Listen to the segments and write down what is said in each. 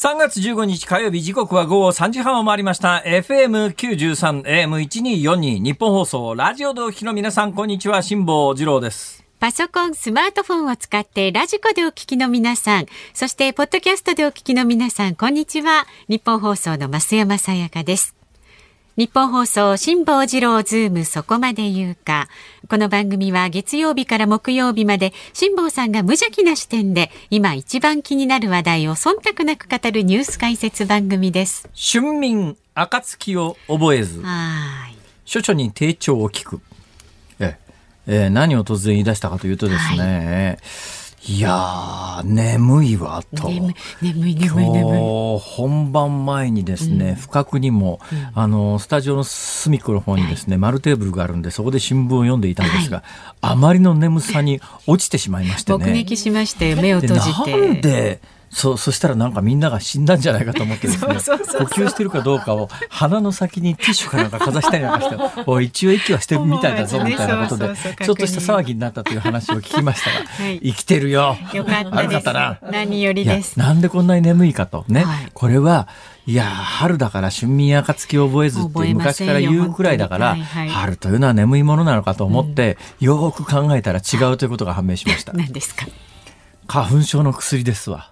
3月15日火曜日、時刻は午後3時半を回りました。 FM93 AM1242 日本放送ラジオでお聞きの皆さん、こんにちは。辛坊治郎です。 パソコン、スマートフォンを使ってラジコでお聞きの皆さん、そしてポッドキャストでお聞きの皆さん、こんにちは。日本放送の増山さやかです。日本放送辛坊治郎ズームそこまで言うか。この番組は月曜日から木曜日まで辛坊さんが無邪気な視点で今一番気になる話題を忖度なく語るニュース解説番組です。 春眠暁を覚えず、処女に丁重を聞く。何を突然言い出したかというとですね、いやー、眠いわと。 眠い。 今日本番前にですね、不覚にも、スタジオの隅っこの方にですね、丸テーブルがあるんで、そこで新聞を読んでいたんですが、あまりの眠さに落ちてしまいましてね。 目撃しまして目を閉じて。 なんでそしたらなんかみんなが死んだんじゃないかと思ってですね、 そう呼吸してるかどうかを鼻の先にティッシュかなんかかざしたりなんかしておい一応息はしてるみたいだぞみたいなことでちょっとした騒ぎになったという話を聞きましたが、生きてるよ。 よかったです。何よりです。 なんでこんなに眠いかとね、これはいや春だから春眠暁を覚えずって昔から言うくらいだから、春というのは眠いものなのかと思って、よく考えたら違うということが判明しました。 何ですか？ 花粉症の薬ですわ。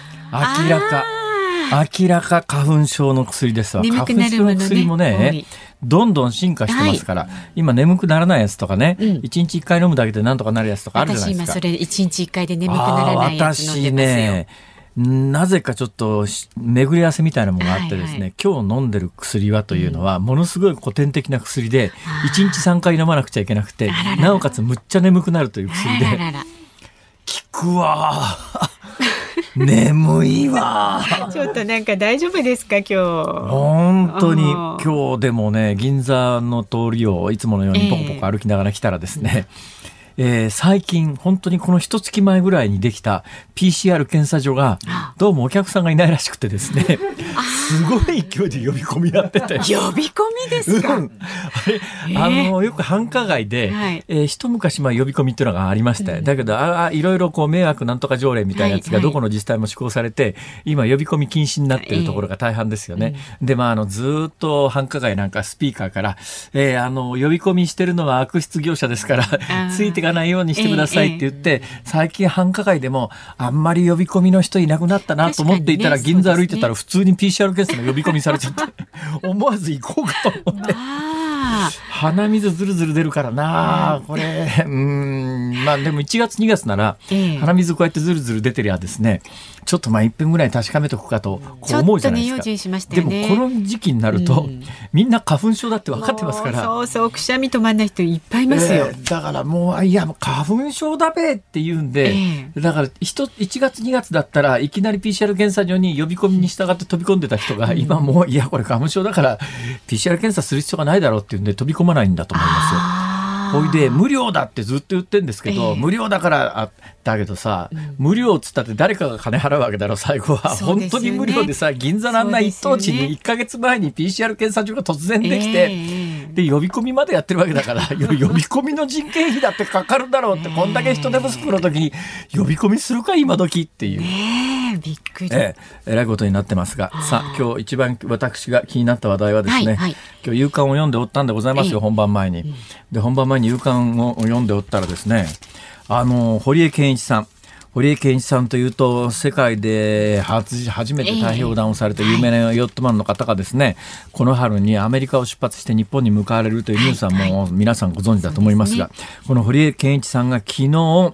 明らか花粉症の薬ですわ。 眠くなるものね、 花粉症の薬もね、どんどん進化してますから、今眠くならないやつとかね、1日1回飲むだけでなんとかなるやつとかあるじゃないですか。 私今それ1日1回で眠くならないやつ飲んでますよ。 私ね、なぜかちょっと巡り合わせみたいなものがあってですね、今日飲んでる薬はというのはものすごい古典的な薬で、1日3回飲まなくちゃいけなくて、なおかつむっちゃ眠くなるという薬で、効くわ眠いわちょっとなんか大丈夫ですか今日。 本当に今日でもね、銀座の通りをいつものようにポコポコ歩きながら来たらですね、最近本当にこの一月前ぐらいにできた PCR 検査所がどうもお客さんがいないらしくてですね、すごい勢いで呼び込みやってて。 呼び込みですか？ よく繁華街で、一昔前呼び込みっていうのがありました。だけどいろいろこう迷惑なんとか条例みたいなやつがどこの自治体も施行されて、今呼び込み禁止になっているところが大半ですよね。でずっと繁華街なんかスピーカーから、呼び込みしてるのは悪質業者ですからついてがないようにしてくださいって言って、最近繁華街でもあんまり呼び込みの人いなくなったなと思っていたら、銀座歩いてたら普通に PCR 検査の呼び込みされちゃって思わず行こうかと思って鼻水ずるずる出るからなこれ。でも1月2月なら鼻水こうやってずるずる出てりゃですね、ちょっと1分ぐらい確かめとくかとこう思うじゃないですか。でもこの時期になると、みんな花粉症だって分かってますから。 そうくしゃみ止まんない人いっぱいいますよ。 だからもういや花粉症だべって言うんで、だから1月2月だったらいきなり PCR 検査所に呼び込みに従って飛び込んでた人が、今もういやこれ花粉症だから PCR 検査する必要がないだろうっていうんで飛び込まないんだと思いますよ。ほいで無料だってずっと言ってるんですけど、無料だからだけどさ、無料っつったって誰かが金払うわけだろ最後は。本当に無料でさ、銀座なんな一等地に1ヶ月前に PCR 検査所が突然できて、で呼び込みまでやってるわけだから呼び込みの人件費だってかかるだろうって、こんだけ人手不足の時に呼び込みするか今時っていう、 びっくり、 えらいことになってますが、さあ今日一番私が気になった話題はですね、今日夕刊を読んでおったんでございますよ、本番前に。で本番前に夕刊を読んでおったらですね、堀江謙一さんというと世界で初めて太平洋横断をされた有名なヨットマンの方がですね、この春にアメリカを出発して日本に向かわれるというニュースはもう皆さんご存知だと思いますが、この堀江謙一さんが昨日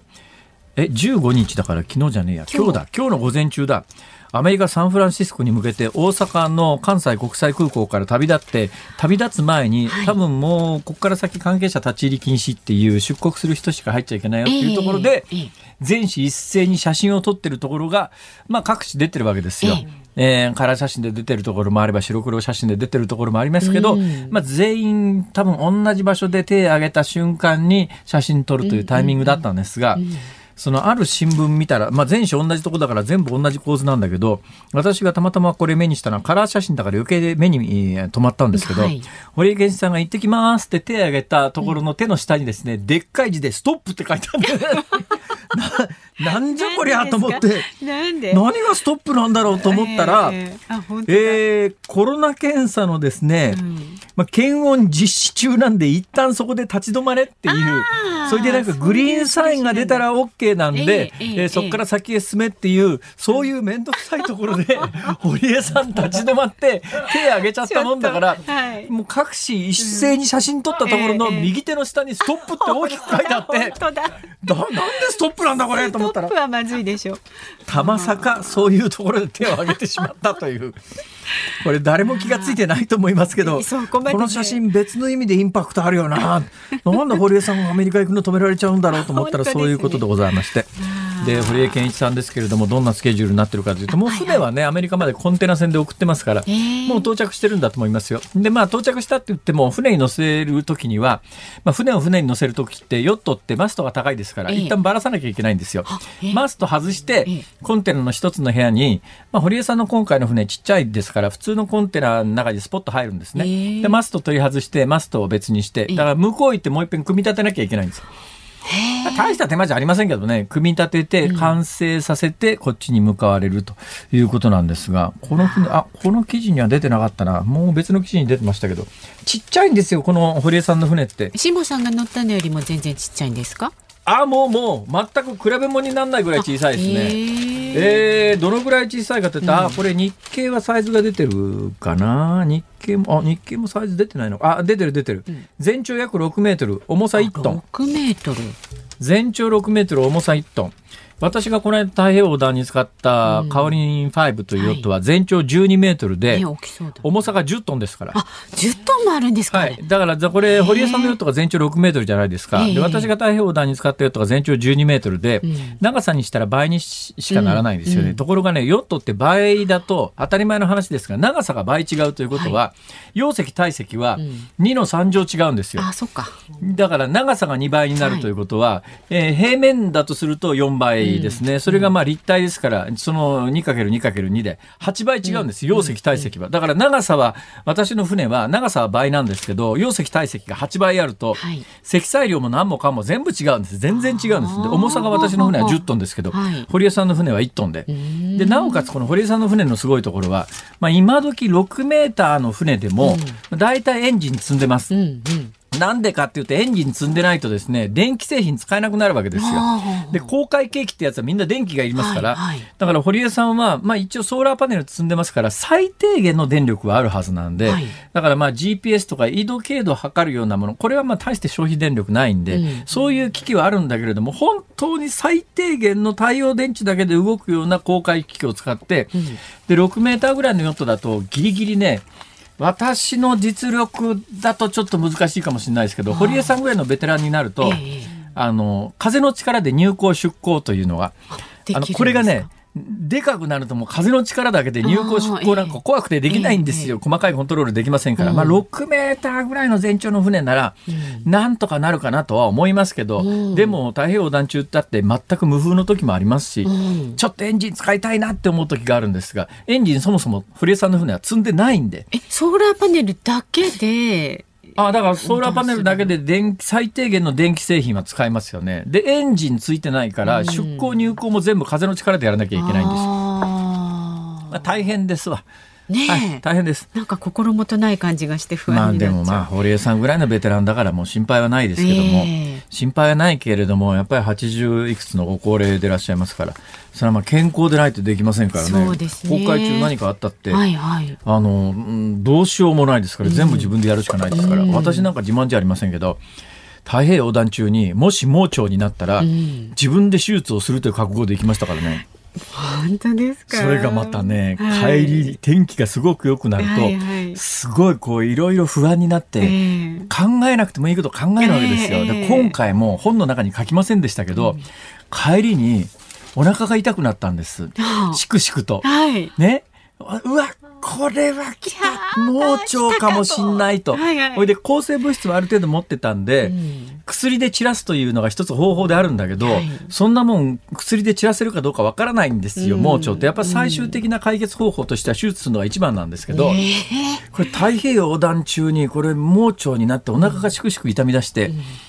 15日だから昨日じゃねえや、今日の午前中だ、アメリカサンフランシスコに向けて大阪の関西国際空港から旅立つ前に、多分もうここから先関係者立ち入り禁止っていう、出国する人しか入っちゃいけないよっていうところで、全紙一斉に写真を撮ってるところが、各地出てるわけですよ。カラー写真で出てるところもあれば白黒写真で出てるところもありますけど、全員多分同じ場所で手を挙げた瞬間に写真撮るというタイミングだったんですが、そのある新聞見たら、全紙同じとこだから全部同じ構図なんだけど、私がたまたまこれ目にしたのはカラー写真だから余計目に留まったんですけど、堀江謙一さんが行ってきますって手を挙げたところの手の下にですね、でっかい字でストップって書いてあるんだよねなんじゃこりゃと思って、 なんで何がストップなんだろうと思ったら、コロナ検査のですね、検温実施中なんで一旦そこで立ち止まれっていう、それでなんかグリーンサインが出たら OK なんで、そこから先へ進めっていう、そういう面倒くさいところで堀江さん立ち止まって手挙げちゃったもんだから、もう各紙一斉に写真撮ったところの右手の下にストップって大きく書いてあって、なんでストップなんだこれと思ったら、 ストップはまずいでしょ。 たまさかそういうところで手を挙げてしまったという、これ誰も気がついてないと思いますけど、この写真別の意味でインパクトあるよな、なんで堀江さんがアメリカ行くの止められちゃうんだろうと思ったら、そういうことでございまして、で堀江謙一さんですけれども、どんなスケジュールになってるかというと、もう船はね、アメリカまでコンテナ船で送ってますから、もう到着してるんだと思いますよ。で到着したって言っても、船に乗せるときには、船を船に乗せるときってヨットってマストが高いですから、一旦ばらさなきゃいけないんですよ。マスト外してコンテナの一つの部屋に、堀江さんの今回の船ちっちゃいですから、普通のコンテナの中にスポッと入るんですね。でマスト取り外してマストを別にして、だから向こう行ってもう一遍組み立てなきゃいけないんですよ。大した手間じゃありませんけどね、組み立てて完成させてこっちに向かわれるということなんですが、この船、この記事には出てなかったな、もう別の記事に出てましたけど、ちっちゃいんですよ、この堀江さんの船って。 辛坊さんが乗ったのよりも全然ちっちゃいんですか？ もう全く比べ物にならないぐらい小さいですね。どのぐらい小さいかというと、これ日経はサイズが出てるかな。日経もサイズ出てないの。出てる、全長約6メートル、重さ1トン。 6メートル。 全長6メートル、重さ1トン。私がこの間太平洋横断に使ったカオリン5というヨットは全長12メートルで、重さが10トンですから。 10トンもあるんですか？はい。 だからこれ堀江さんのヨットが全長6メートルじゃないですか。で私が太平洋横断に使ったヨットが全長12メートルで、長さにしたら倍にしかならないんですよね。ところがね、ヨットって倍だと当たり前の話ですが、長さが倍違うということは、容積体積は2の3乗違うんですよ。 そっか。 だから長さが2倍になるということは、平面だとすると4倍ですね。それが立体ですから、その 2×2×2 で8倍違うんです、容積体積は。だから長さは、私の船は長さは倍なんですけど、容積体積が8倍あると、積載量も何もかも全部違うんです。全然違うんです。で重さが私の船は10トンですけど、堀江さんの船は1トンで、なおかつこの堀江さんの船のすごいところは、今時6メーターの船でもだいたいエンジン積んでます。なんでかっていうと、エンジン積んでないとですね、電気製品使えなくなるわけですよ。で、航海計器ってやつはみんな電気がいりますから、だから堀江さんは、一応ソーラーパネル積んでますから、最低限の電力はあるはずなんで、だからGPS とか緯度経度を測るようなもの、これは大して消費電力ないんで、そういう機器はあるんだけれども、本当に最低限の太陽電池だけで動くような航海機器を使って、で、6メーターぐらいのヨットだとギリギリね、私の実力だとちょっと難しいかもしれないですけど、堀江さんぐらいのベテランになると、風の力で入港出港というのが、これがね、でかくなるともう風の力だけで入港出港なんか怖くてできないんですよ。細かいコントロールできませんから、6メーターぐらいの全長の船ならなんとかなるかなとは思いますけど、でも太平洋横断中だって全く無風の時もありますし、ちょっとエンジン使いたいなって思う時があるんですが、エンジンそもそも堀江さんの船は積んでないんで。 ソーラーパネルだけでだからソーラーパネルだけで最低限の電気製品は使えますよね。でエンジンついてないから出港入港も全部風の力でやらなきゃいけないんですよ。大変ですわ。大変です。 なんか心もとない感じがして不安になっちゃう。 でも堀江さんぐらいのベテランだからもう心配はないですけども、心配はないけれども、やっぱり80いくつのご高齢でいらっしゃいますから、それは健康でないとできませんからね。 そうですね。 航海中何かあったって、どうしようもないですから、全部自分でやるしかないですから、私なんか自慢じゃありませんけど、太平洋横断中にもし盲腸になったら、自分で手術をするという覚悟で行きましたからね。 本当ですか？ それがまたね、帰り天気がすごく良くなると、すごいいろいろ不安になって、考えなくてもいいことを考えるわけですよ。で今回も本の中に書きませんでしたけど、帰りにお腹が痛くなったんです。しくしくと、ね、うわこれは来た、盲腸かもしんないと。それで抗生物質はある程度持ってたんで、薬で散らすというのが一つ方法であるんだけど、そんなもん薬で散らせるかどうかわからないんですよ。盲腸ってやっぱ最終的な解決方法としては手術するのが一番なんですけど、これ太平洋横断中にこれ盲腸になってお腹がしくしく痛み出して、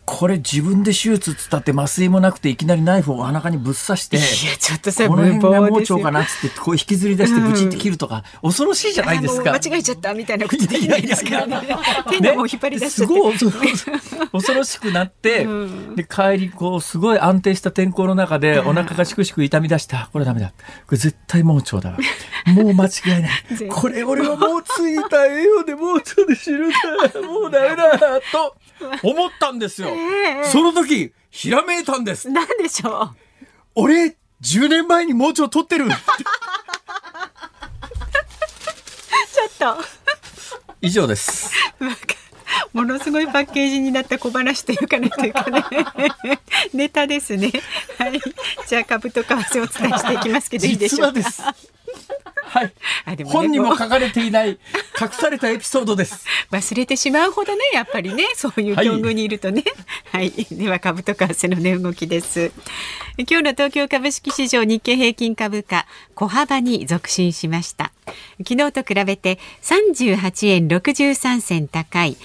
これ自分で手術つったって麻酔もなくていきなりナイフをお腹にぶっ刺して、 いやちょっとそれこの辺が盲ですよ腸かなっつってこう引きずり出してブチって切るとか、恐ろしいじゃないですか。 もう間違えちゃったみたいなことできないですからね。手がもう引っ張り出しちゃって、 すごい恐ろしくなって、で帰りこうすごい安定した天候の中でお腹がしくしく痛み出した。これダメだ、これ絶対盲腸だわ、もう間違いないこれ俺はもうついた栄養で盲腸で死ぬんだ、もうダメだと思ったんですよ。その時ひらめいたんです。 何でしょう。 俺10年前に盲腸取ってるちょっと以上です。 ものすごいパッケージになった小話というかね、というかねネタですね。はい、じゃあ株と為替をお伝えしていきますけどいいでしょうか。 実はですはい、本にも書かれていない隠されたエピソードです。 忘れてしまうほどね、やっぱりね、そういう境遇にいるとね。はい、では株と為替の値動きです。今日の東京株式市場、日経平均株価小幅に続伸しました。昨日と比べて38円63銭高い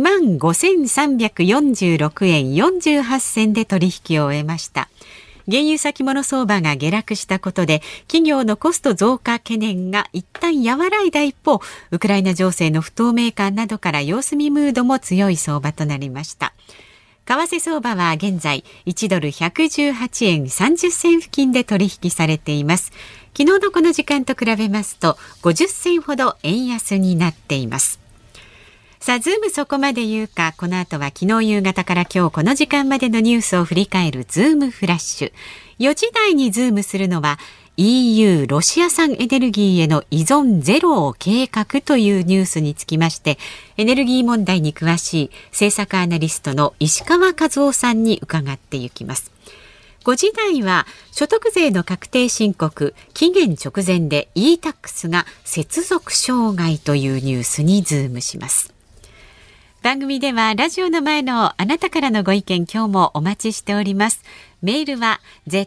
25,346 円48銭で取引を終えました。原油先物相場が下落したことで企業のコスト増加懸念が一旦和らいだ一方、ウクライナ情勢の不透明感などから様子見ムードも強い相場となりました。為替相場は現在1ドル118円30銭付近で取引されています。昨日のこの時間と比べますと50銭ほど円安になっています。さあズームそこまで言うか、この後は昨日夕方から今日この時間までのニュースを振り返るズームフラッシュ。4時台にズームするのは EU ロシア産エネルギーへの依存ゼロを計画というニュースにつきまして、エネルギー問題に詳しい政策アナリストの石川和夫さんに伺っていきます。5時台は所得税の確定申告期限直前で e-tax が接続障害というニュースにズームします。番組ではラジオの前のあなたからのご意見、今日もお待ちしております。メールは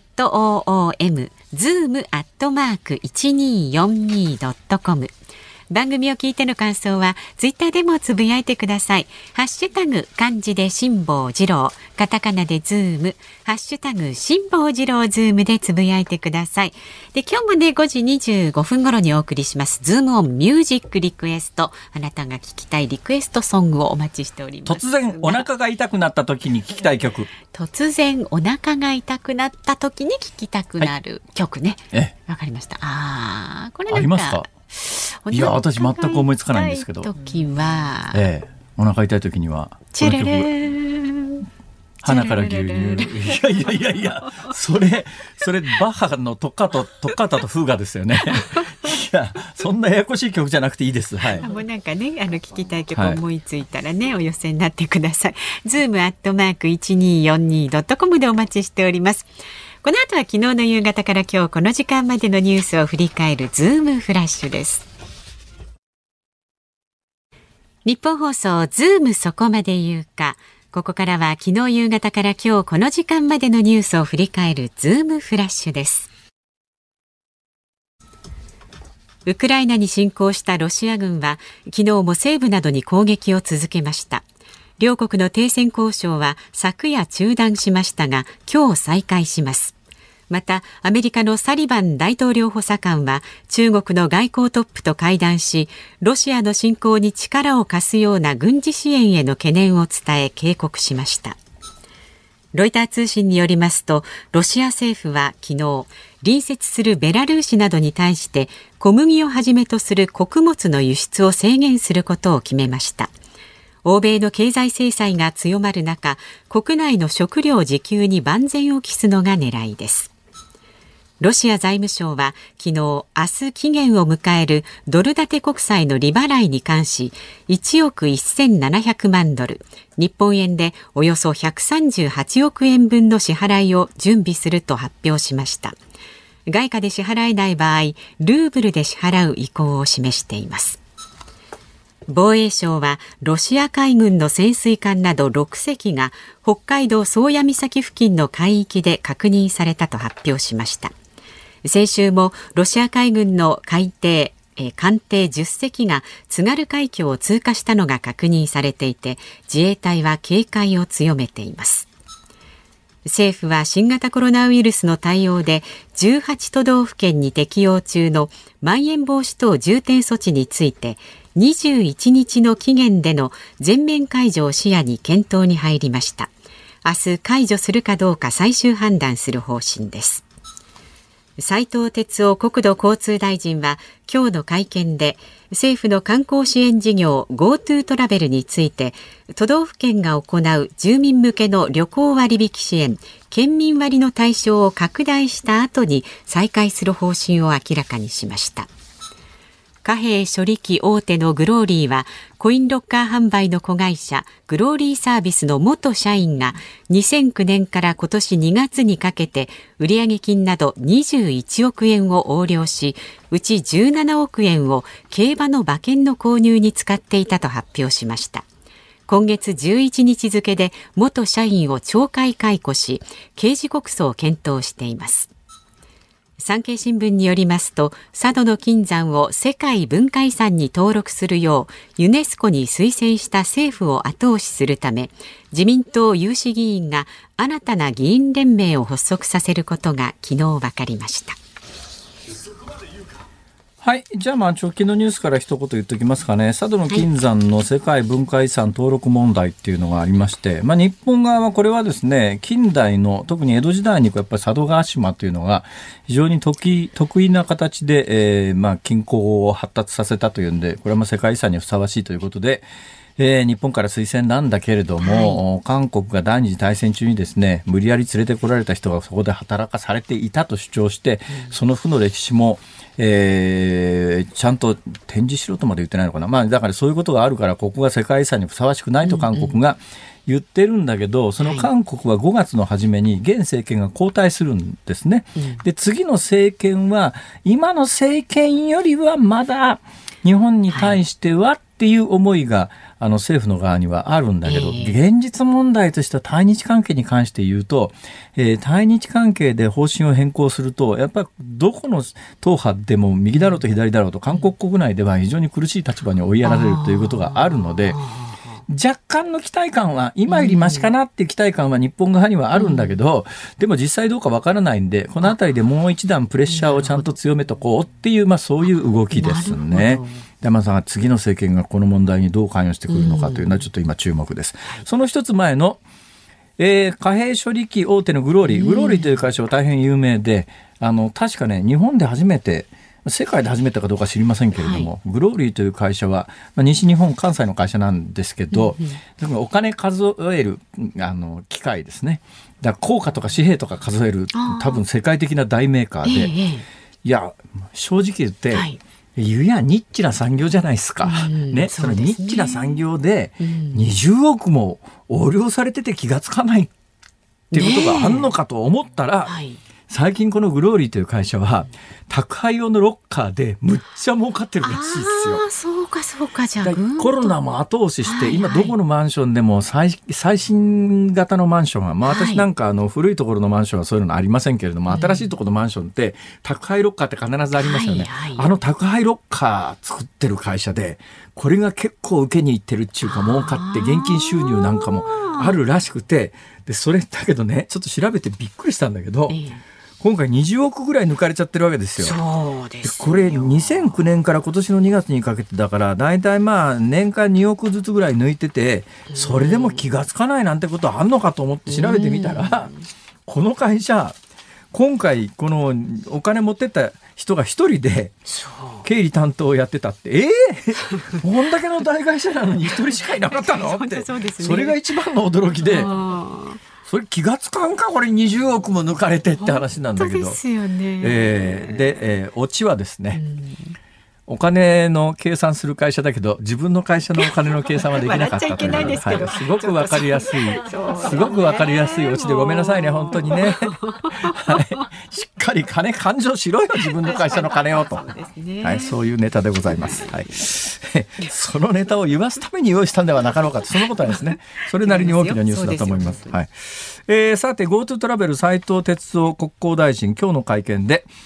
zoom@1242.com。番組を聞いての感想はツイッターでもつぶやいてください。ハッシュタグ漢字で辛坊治郎、カタカナでズーム、ハッシュタグ辛坊治郎ズームでつぶやいてください。で今日もね5時25分頃にお送りしますズームオンミュージックリクエスト。あなたが聞きたいリクエストソングをお待ちしております。 突然お腹が痛くなった時に聞きたい曲。 突然お腹が痛くなった時に聞きたくなる曲ね。わかりました。これなんかありますか。いや私全く思いつかないんですけど。 時は、 お腹痛い時にはこの曲、鼻から牛乳。いやそれバッハのトッカータとフーガですよね。いやそんなややこしい曲じゃなくていいです。はい。 もうなんかね聞きたい曲思いついたらね、お寄せになってください。zoom@1242.com でお待ちしております。この後は昨日の夕方から今日この時間までのニュースを振り返るズームフラッシュです。日本放送ズームそこまで言うか。ここからは昨日夕方から今日この時間までのニュースを振り返るズームフラッシュです。ウクライナに侵攻したロシア軍は昨日も西部などに攻撃を続けました。両国の停戦交渉は昨夜中断しましたが今日再開します。またアメリカのサリバン大統領補佐官は中国の外交トップと会談し、ロシアの侵攻に力を貸すような軍事支援への懸念を伝え警告しました。ロイター通信によりますと、ロシア政府は昨日隣接するベラルーシなどに対して小麦をはじめとする穀物の輸出を制限することを決めました。欧米の経済制裁が強まる中、国内の食料自給に万全を期すのが狙いです。ロシア財務省は昨日、明日期限を迎えるドル建て国債の利払いに関し、1億1700万ドル、日本円でおよそ138億円分の支払いを準備すると発表しました。外貨で支払えない場合、ルーブルで支払う意向を示しています。防衛省はロシア海軍の潜水艦など6隻が北海道宗谷岬付近の海域で確認されたと発表しました。先週もロシア海軍の海底艦艇10隻が津軽海峡を通過したのが確認されていて、自衛隊は警戒を強めています。政府は新型コロナウイルスの対応で18都道府県に適用中のまん延防止等重点措置について21日の期限での全面解除を視野に検討に入りました。明日解除するかどうか最終判断する方針です。斉藤鉄夫国土交通大臣は今日の会見で、政府の観光支援事業 GoTo トラベルについて都道府県が行う住民向けの旅行割引支援県民割の対象を拡大した後に再開する方針を明らかにしました。貨幣処理機大手のグローリーはコインロッカー販売の子会社グローリーサービスの元社員が2009年から今年2月にかけて売上金など21億円を横領し、うち17億円を競馬の馬券の購入に使っていたと発表しました。今月11日付で元社員を懲戒解雇し、刑事告訴を検討しています。産経新聞によりますと、佐渡の金山を世界文化遺産に登録するようユネスコに推薦した政府を後押しするため、自民党有志議員が新たな議員連盟を発足させることが昨日分かりました。 はい。じゃあ直近のニュースから一言言っておきますかね。佐渡の金山の世界文化遺産登録問題っていうのがありまして、日本側はこれはですね、近代の特に江戸時代にやっぱり佐渡島というのが非常に得意な形で、近郊を発達させたというんで、これは世界遺産にふさわしいということで、日本から推薦なんだけれども、韓国が第二次大戦中にですね、無理やり連れてこられた人がそこで働かされていたと主張して、その負の歴史もちゃんと展示しろとまで言ってないのかな。だからそういうことがあるからここが世界遺産にふさわしくないと韓国が言ってるんだけど、その韓国は5月の初めに現政権が交代するんですね。で、次の政権は今の政権よりはまだ日本に対してはっていう思いが政府の側にはあるんだけど、現実問題としては対日関係に関して言うと、対日関係で方針を変更すると、やっぱりどこの党派でも右だろうと左だろうと韓国国内では非常に苦しい立場に追いやられるということがあるので、若干の期待感は今よりマシかなっていう期待感は日本側にはあるんだけど、でも実際どうかわからないんで、このあたりでもう一段プレッシャーをちゃんと強めとこうっていう、そういう動きですね。山さんが次の政権がこの問題にどう関与してくるのかというのはちょっと今注目です。その一つ前の、貨幣処理機大手のグローリーという会社は大変有名で、確かね、日本で初めて世界で初めてかどうか知りませんけれども、グローリーという会社は、西日本関西の会社なんですけど、お金数える機械ですね。だから硬貨とか紙幣とか数える多分世界的な大メーカーで、いや正直言って、いやニッチな産業じゃないですか、そのニッチな産業で20億も横領されてて気がつかないっていうことがあるのかと思ったら、最近このグローリーという会社は宅配用のロッカーでむっちゃ儲かってるらしいですよ。 そうかじゃあコロナも後押しして、今どこのマンションでも最新型のマンションは、私なんか古いところのマンションはそういうのありませんけれども、新しいところのマンションって宅配ロッカーって必ずありますよね。宅配ロッカー作ってる会社で、これが結構受けにいってるっていうか儲かって現金収入なんかもあるらしくて、でそれだけどね、ちょっと調べてびっくりしたんだけど、今回20億ぐらい抜かれちゃってるわけですよ。 そうですよ。 これ2009年から今年の2月にかけてだから、だいたい年間2億ずつぐらい抜いてて、それでも気がつかないなんてことあんのかと思って調べてみたら、この会社今回このお金持ってった人が一人で経理担当をやってたって、こんだけの大会社なのに一人しかいなかったのって、それが一番の驚きで、それ気がつかんか、これ20億も抜かれてって話なんだけど。 本当ですよね。 で、オチはですね、お金の計算する会社だけど自分の会社のお金の計算はできなかったという、すごくわかりやすいオチでごめんなさいね、本当にね。しっかり勘定しろよ、自分の会社の金をと。そういうネタでございます。そのネタを言わすために用意したんではなかろうかと、そのことはですね、それなりに大きなニュースだと思います。さて GoTo トラベル斉藤鉄夫国交大臣、今日の会見で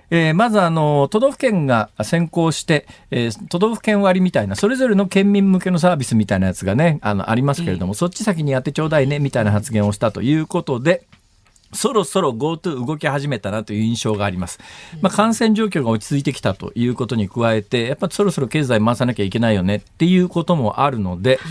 まず都道府県が先行して、都道府県割みたいなそれぞれの県民向けのサービスみたいなやつがねありますけれども、そっち先にやってちょうだいねみたいな発言をしたということで、そろそろ GoTo 動き始めたなという印象があります。感染状況が落ち着いてきたということに加えて、やっぱりそろそろ経済回さなきゃいけないよねっていうこともあるので、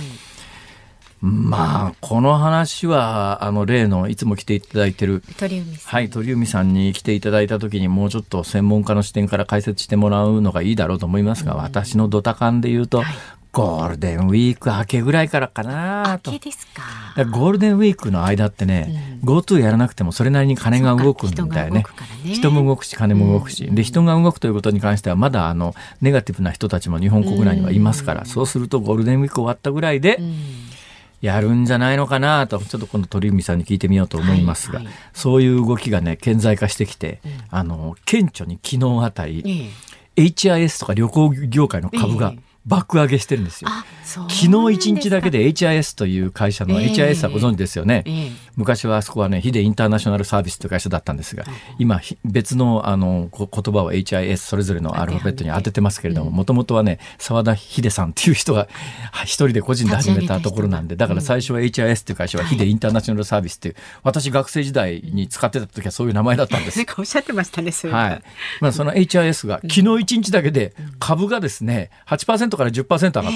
この話は例のいつも来ていただいている鳥海さんに来ていただいた時にもうちょっと専門家の視点から解説してもらうのがいいだろうと思いますが、私のドタ感で言うと、ゴールデンウィーク明けぐらいからかなと。 明けですか。 ゴールデンウィークの間ってね、GoTo やらなくてもそれなりに金が動くんだよね。人も動くし金も動くし、で人が動くということに関してはまだネガティブな人たちも日本国内にはいますから、そうするとゴールデンウィーク終わったぐらいでやるんじゃないのかなと、ちょっと今度鳥海さんに聞いてみようと思いますが、そういう動きがね顕在化してきて、顕著に昨日あたり、HIS とか旅行業界の株が爆上げしてるんですよ。昨日1日だけで HIS という会社の、HIS はご存知ですよね。昔はあそこはねヒデインターナショナルサービスという会社だったんですが、今別の言葉を HIS それぞれのアルファベットに当ててますけれども、もともとはね澤田秀さんっていう人が一人で個人で始めたところなんで、だから最初は HIS という会社はヒデインターナショナルサービスっていう、私学生時代に使ってた時はそういう名前だったんです。 おっしゃってましたね。それその HIS が昨日1日だけで株がですね 8% から 10% 上がったんです。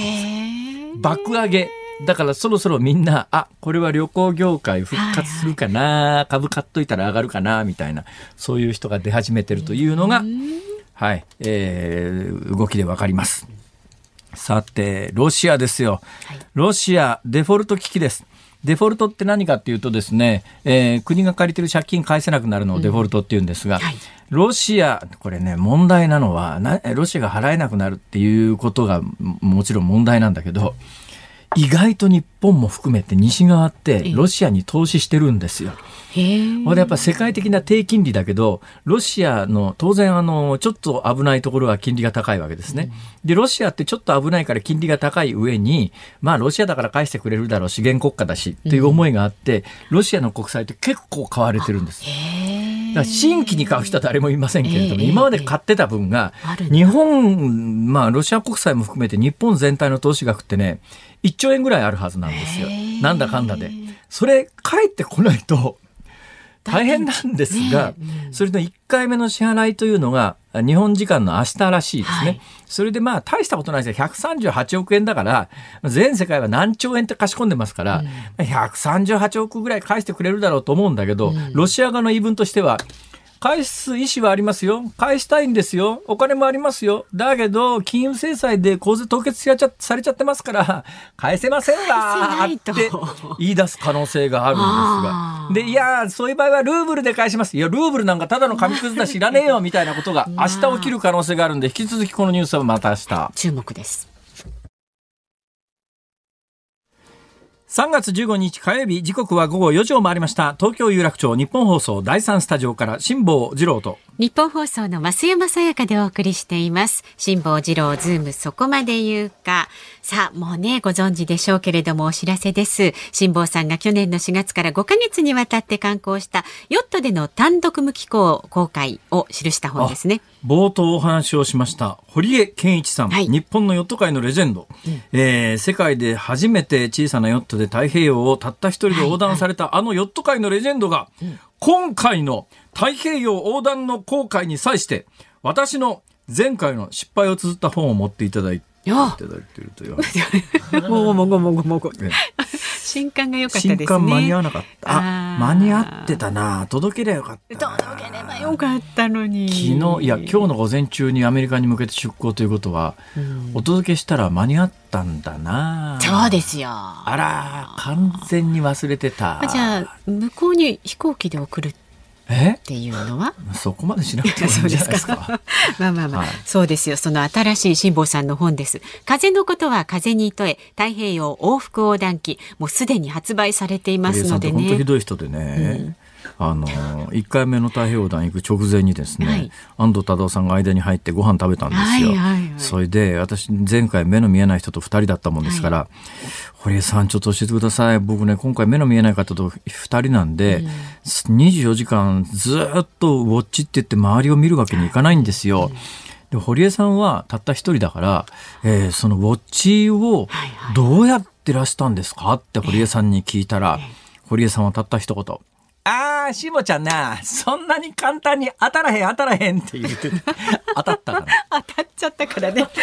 爆上げだから、そろそろみんなこれは旅行業界復活するかな、株買っといたら上がるかなみたいな、そういう人が出始めてるというのが動きでわかります。さてロシアですよ。ロシアデフォルト危機です。デフォルトって何かっていうとですね、国が借りてる借金返せなくなるのをデフォルトっていうんですが、ロシアこれね問題なのはロシアが払えなくなるっていうことがもちろん問題なんだけど、意外と日本も含めて西側ってロシアに投資してるんですよ。これやっぱ世界的な低金利だけど、ロシアの当然ちょっと危ないところは金利が高いわけですね。でロシアってちょっと危ないから金利が高い上に、ロシアだから返してくれるだろう、資源国家だしっていう思いがあって、ロシアの国債って結構買われてるんです。だから新規に買う人は誰もいませんけれども、今まで買ってた分が日本、ロシア国債も含めて日本全体の投資額ってね1兆円ぐらいあるはずなんですよ。なんだかんだでそれ返ってこないと大変なんですが、それの1回目の支払いというのが日本時間の明日らしいですね。それで大したことないですよ。138億円だから全世界は何兆円って貸し込んでますから、138億ぐらい返してくれるだろうと思うんだけど、ロシア側の言い分としては返す意思はありますよ、返したいんですよ、お金もありますよ、だけど金融制裁で構図凍結されちゃってますから返せませんわって言い出す可能性があるんですが、でいやそういう場合はルーブルで返します。いやルーブルなんかただの紙くずだしいらねえよみたいなことが明日起きる可能性があるんで、引き続きこのニュースはまた明日注目です。 3月15日火曜日、時刻は午後4時を回りました。東京有楽町日本放送第3スタジオから辛坊治郎と日本放送の増山さやかでお送りしています。辛坊治郎ズームそこまで言うか。さあもうねご存知でしょうけれどもお知らせです。辛坊さんが去年の4月から5ヶ月にわたって刊行したヨットでの単独無寄港航海を記した本ですね。 冒頭お話をしました堀江謙一さん、日本のヨット界のレジェンド、世界で初めて小さなヨットで太平洋をたった一人で横断されたヨット界のレジェンドが、今回の太平洋横断の航海に際して私の前回の失敗を綴った本を持っていただいているという新刊が良かったですね。 新刊間に合わなかった。間に合ってたな。届ければよかったな。 届ければよかったのに。 今日の午前中にアメリカに向けて出港ということは、お届けしたら間に合ったんだな。 そうですよ。 あら完全に忘れてた。 じゃあ向こうに飛行機で送るっていうのはそこまでしなくてもいいんじゃないですか。 そうですよ。その新しい辛坊さんの本です。風のことは風に問え太平洋往復横断記、もうすでに発売されていますのでね。 本当ひどい人でね、 1回目の太平洋弾行く直前にですね、安藤忠雄さんが間に入ってご飯食べたんですよ。それで私前回目の見えない人と2人だったもんですから、堀江さんちょっと教えてください。僕ね今回目の見えない方と2人なんで、24時間ずっとウォッチって言って周りを見るわけにいかないんですよ。で堀江さんはたった一人だから、そのウォッチをどうやってらしたんですかって堀江さんに聞いたら、堀江さんはたった一言、しもちゃんな、そんなに簡単に当たらへんって言って当たったかな。 当たっちゃったからね。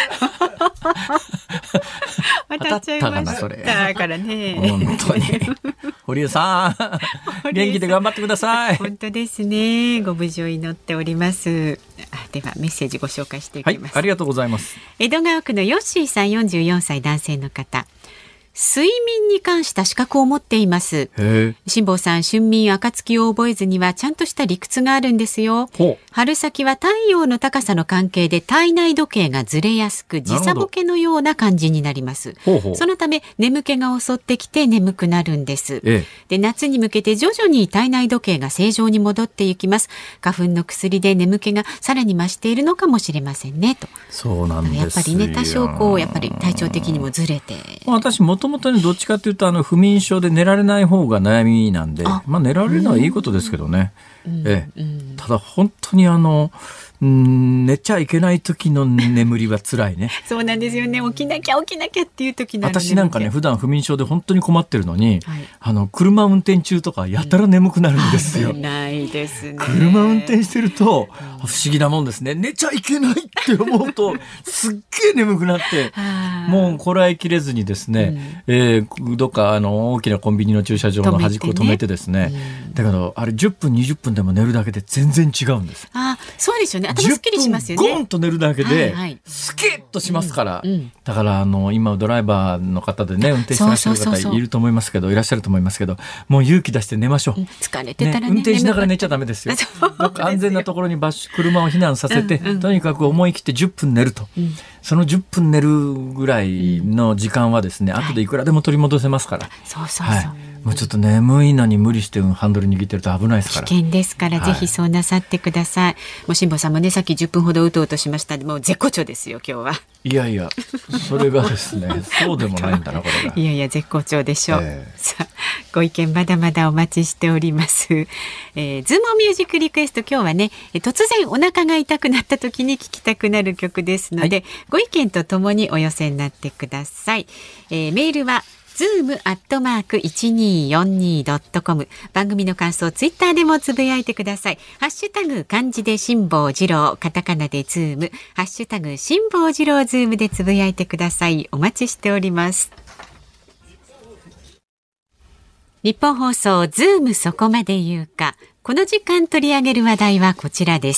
当たっちゃいましたそれからね。 本当に堀江さん元気で頑張ってください。 本当ですね。ご無事を祈っております。ではメッセージご紹介していきます。 ありがとうございます。 江戸川区のヨッシーさん44歳男性の方。睡眠に関した資格を持っています。辛坊さん、春眠暁を覚えずにはちゃんとした理屈があるんですよ。春先は太陽の高さの関係で体内時計がずれやすく時差ボケのような感じになります。そのため眠気が襲ってきて眠くなるんです。で、夏に向けて徐々に体内時計が正常に戻っていきます。花粉の薬で眠気がさらに増しているのかもしれませんねと。 そうなんですよ。 やっぱりね、多少やっぱり体調的にもずれて、 私もともとどっちかというと不眠症で寝られない方が悩みなんで、寝られるのはいいことですけどね。ただ本当に寝ちゃいけない時の眠りは辛いね。 そうなんですよね。起きなきゃっていう時の私なんかね普段不眠症で本当に困ってるのに、車運転中とかやたら眠くなるんですよ。 ないですね。 車運転してると不思議なもんですね。寝ちゃいけないって思うとすっげえ眠くなってもうこらえきれずにですね、どっか大きなコンビニの駐車場の端っこを止めてですね、だけどあれ10分20分でも寝るだけで全然違うんです。 そうですよね。頭すっきりしますよね。 ゴンと寝るだけでスキッとしますから、だから今ドライバーの方でね運転してらっしゃる方いると思いますけど、いらっしゃると思いますけど、もう勇気出して寝ましょう。 疲れてたらね、 運転しながら寝ちゃダメですよ。どっか安全なところに車を避難させて、とにかく思い切って10分寝ると、その10分寝るぐらいの時間はですね、後でいくらでも取り戻せますから。もうちょっと眠いのに無理してハンドル握ってると危ないですから。 危険ですから、ぜひそうなさってください。もう辛坊さんもね、さっき10分ほどうとうとしました。もう絶好調ですよ今日は。 いやいや、それがですねそうでもないんだなこれが。 いやいや絶好調でしょう。さあ、ご意見まだまだお待ちしております。ズームミュージックリクエスト、今日はね突然お腹が痛くなった時に聴きたくなる曲ですので、ご意見とともにお寄せになってください。メールはzoom@1242.com、 番組の感想ツイッターでもつぶやいてください。ハッシュタグ漢字で辛坊治郎、カタカナでズーム、ハッシュタグ辛坊治郎ズームでつぶやいてください。お待ちしております。日本放送ズームそこまで言うか。この時間取り上げる話題はこちらです。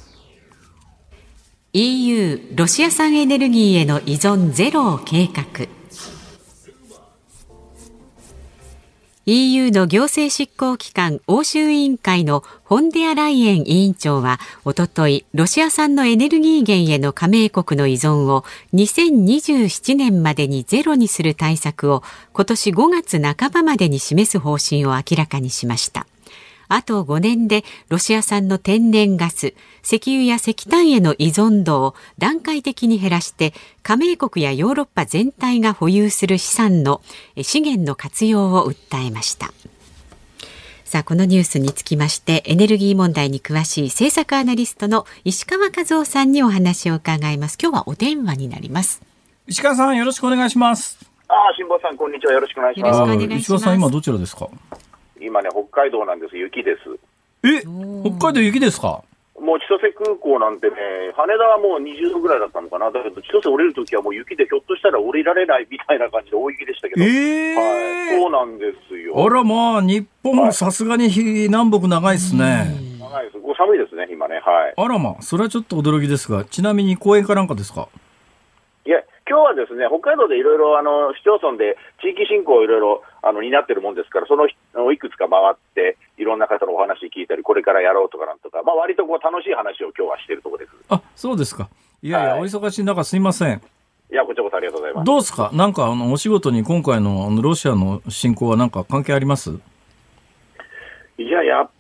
EU ロシア産エネルギーへの依存ゼロを計画。EU の行政執行機関欧州委員会のフォンデアライエン委員長はおととい、ロシア産のエネルギー源への加盟国の依存を2027年までにゼロにする対策を今年5月半ばまでに示す方針を明らかにしました。あと5年でロシア産の天然ガス、石油や石炭への依存度を段階的に減らして、加盟国やヨーロッパ全体が保有する資産の資源の活用を訴えました。さあ、このニュースにつきましてエネルギー問題に詳しい政策アナリストの石川和夫さんにお話を伺います。今日はお電話になります。 石川さん、よろしくお願いします。 辛坊さん、こんにちは。よろしくお願いします。 石川さん、今どちらですか？ 今ね、北海道なんです。雪です。 北海道雪ですか？ もう千歳空港なんてね、羽田はもう20度ぐらいだったのかな。だけど千歳降りるときはもう雪で、ひょっとしたら降りられないみたいな感じで大雪でしたけど、そうなんですよ。 あら、まあ日本さすがに南北長いですね。 長いです。寒いですね今ね。 あら、まあそれはちょっと驚きですが、ちなみに公園かなんかですか？ いや、今日はですね、北海道でいろいろ市町村で地域振興をいろいろ担ってるもんですから、そのいくつか回っていろんな方のお話聞いたり、これからやろうとかなんとか、割と楽しい話を今日はしているところです。 あ、そうですか。いやいや、お忙しい中すいません。 いや、こちらこそありがとうございます。 どうですか？なんかお仕事に今回のロシアの侵攻はなんか関係あります？ いや、やっ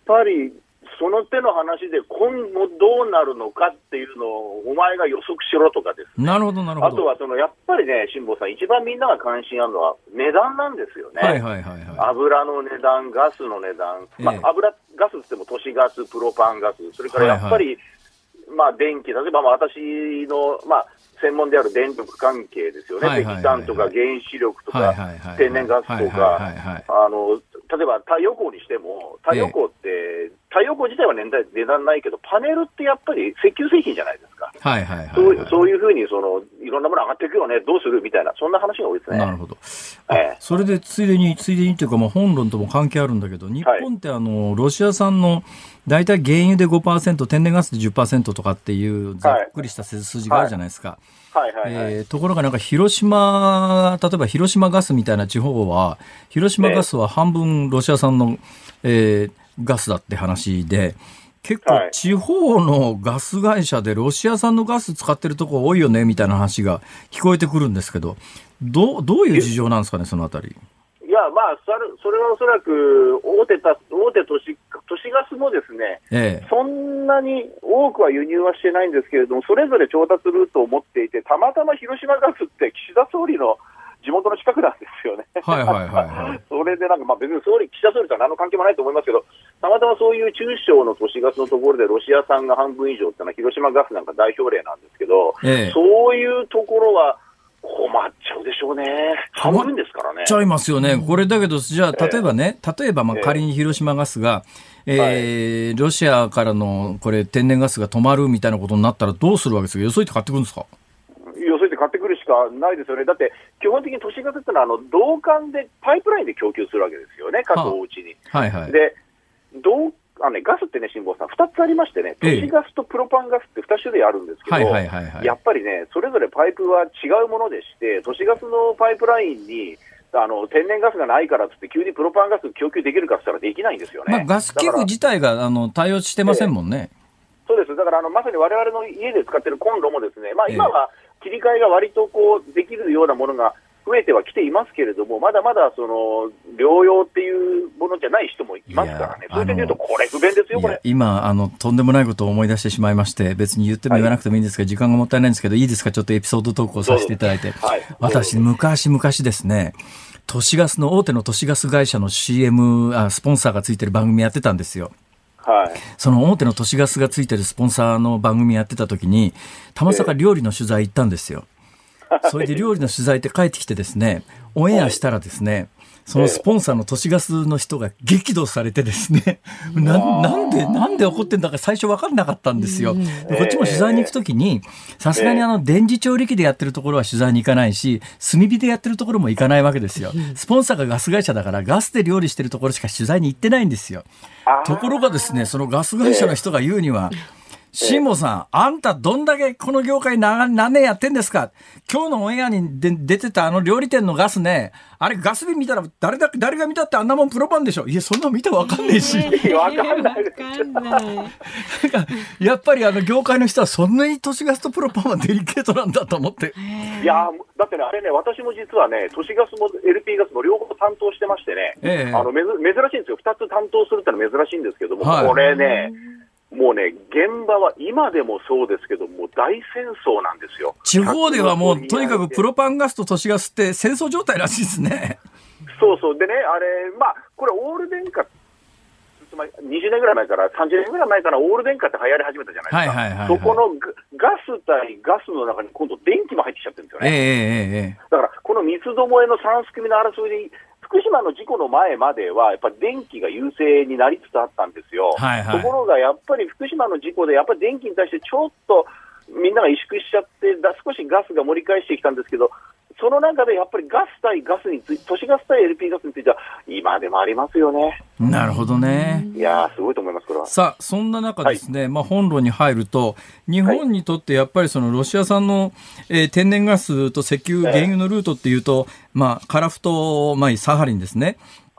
ぱりその手の話で今後どうなるのかっていうのをお前が予測しろとかですね。 なるほどなるほど。 あとはやっぱりね、辛坊さん、一番みんなが関心あるのは値段なんですよね。 はいはいはいはい。 油の値段、ガスの値段、ガスって言っても都市ガス、プロパンガス、それからやっぱり、電気、例えば私の、専門である電力関係ですよね、石炭とか原子力とか天然ガスとか、例えば太陽光にしても、太陽光自体は値段ないけど、パネルってやっぱり石油製品じゃないですか。そういうふうにいろんなもの上がっていくよね、どうするみたいな、そんな話が多いですね。 なるほど。それでついでにというか、本論とも関係あるんだけど、日本ってロシア産の大体原油で 5%、天然ガスで 10% とかっていうざっくりした数字があるじゃないですか。ところがなんか例えば広島ガスみたいな地方は、広島ガスは半分ロシア産の、ガスだって話で、結構地方のガス会社でロシア産のガス使ってるとこ多いよねみたいな話が聞こえてくるんですけど、どういう事情なんですかね、そのあたり。 いや、それはおそらく大手都市ガスもですね、そんなに多くは輸入はしてないんですけれども、それぞれ調達ルートを持っていて、たまたま広島ガスって岸田総理の地元の近くなんですよね。それで別に岸田総理とは何の関係もないと思いますけど、たまたまそういう中小の都市ガスのところでロシア産が半分以上っていうのは広島ガスなんか代表例なんですけど、そういうところは困っちゃうでしょうね。半分ですからね。 困っちゃいますよね。これだけど、じゃあ例えば仮に広島ガスが、ロシアからのこれ天然ガスが止まるみたいなことになったらどうするわけですか。よそいて買ってくるんですか。 よそいて買ってくるしかないですよね。だって基本的に都市ガスってのは導管でパイプラインで供給するわけですよね、各お家に。でガスってね、辛坊さん、2つありましてね、都市ガスとプロパンガスって2種類あるんですけど、やっぱりね、それぞれパイプは違うものでして、都市ガスのパイプラインに天然ガスがないからって急にプロパンガス供給できるかって言ったらできないんですよね。 ガス器具自体が対応してませんもんね。 そうです。だからまさに我々の家で使っているコンロもですね、今は切り替えが割とできるようなものが増えてはきていますけれども、まだまだ療養っていうものじゃない人もいますからね。そういう点で言うとこれ不便ですよ、これ。 今とんでもないことを思い出してしまいまして、別に言っても言わなくてもいいんですが、時間がもったいないんですけど、いいですか、ちょっとエピソードトークをさせていただいて。私昔ですね、都市ガスの大手の都市ガス会社の CM スポンサーがついてる番組やってたんですよ。その大手の都市ガスがついてるスポンサーの番組やってた時に、たまさか料理の取材行ったんですよ。それで料理の取材って帰ってきてですね、オンエアしたらですね、そのスポンサーの都市ガスの人が激怒されてですね、なんで怒ってんだか最初分かんなかったんですよ。でこっちも取材に行くときに、さすがに電磁調理器でやってるところは取材に行かないし、炭火でやってるところも行かないわけですよ。スポンサーがガス会社だからガスで料理してるところしか取材に行ってないんですよ。ところがですね、そのガス会社の人が言うには、辛坊さん、あんたどんだけこの業界何年やってんですか。今日のオンエアに出てた料理店のガスね、あれガス瓶見たら誰が見たってあんなもんプロパンでしょ。いや、そんなの見たらわかんないし。 わかんないです。 やっぱり業界の人はそんなに都市ガスとプロパンはデリケートなんだと思って。 いや、だってね、あれね、私も実はね、都市ガスも LP ガスも両方担当してましてね、珍しいんですよ。2つ担当するってのは珍しいんですけども、これね、もうね、現場は今でもそうですけども、大戦争なんですよ。 地方ではもう、とにかくプロパンガスと都市ガスって戦争状態らしいですね。 そう。でね、あれ、これオール電化、20年ぐらい前から、30年ぐらい前からオール電化って流行り始めたじゃないですか。そこのガス対ガスの中に今度電気も入ってきちゃってるんですよね。だから、この三つどもえの三すくみの争いで、福島の事故の前まではやっぱり電気が優勢になりつつあったんですよ。ところがやっぱり福島の事故でやっぱり電気に対してちょっとみんなが萎縮しちゃって少しガスが盛り返してきたんですけど、その中でやっぱりガス対ガスについて、都市ガス対 LP ガスについては今でもありますよね。 なるほどね。 いやすごいと思います、これは。 さあ、そんな中ですね、本論に入ると、日本にとってやっぱりそのロシア産の、天然ガスと石油、原油のルートっていうと、樺太、サハリンですね。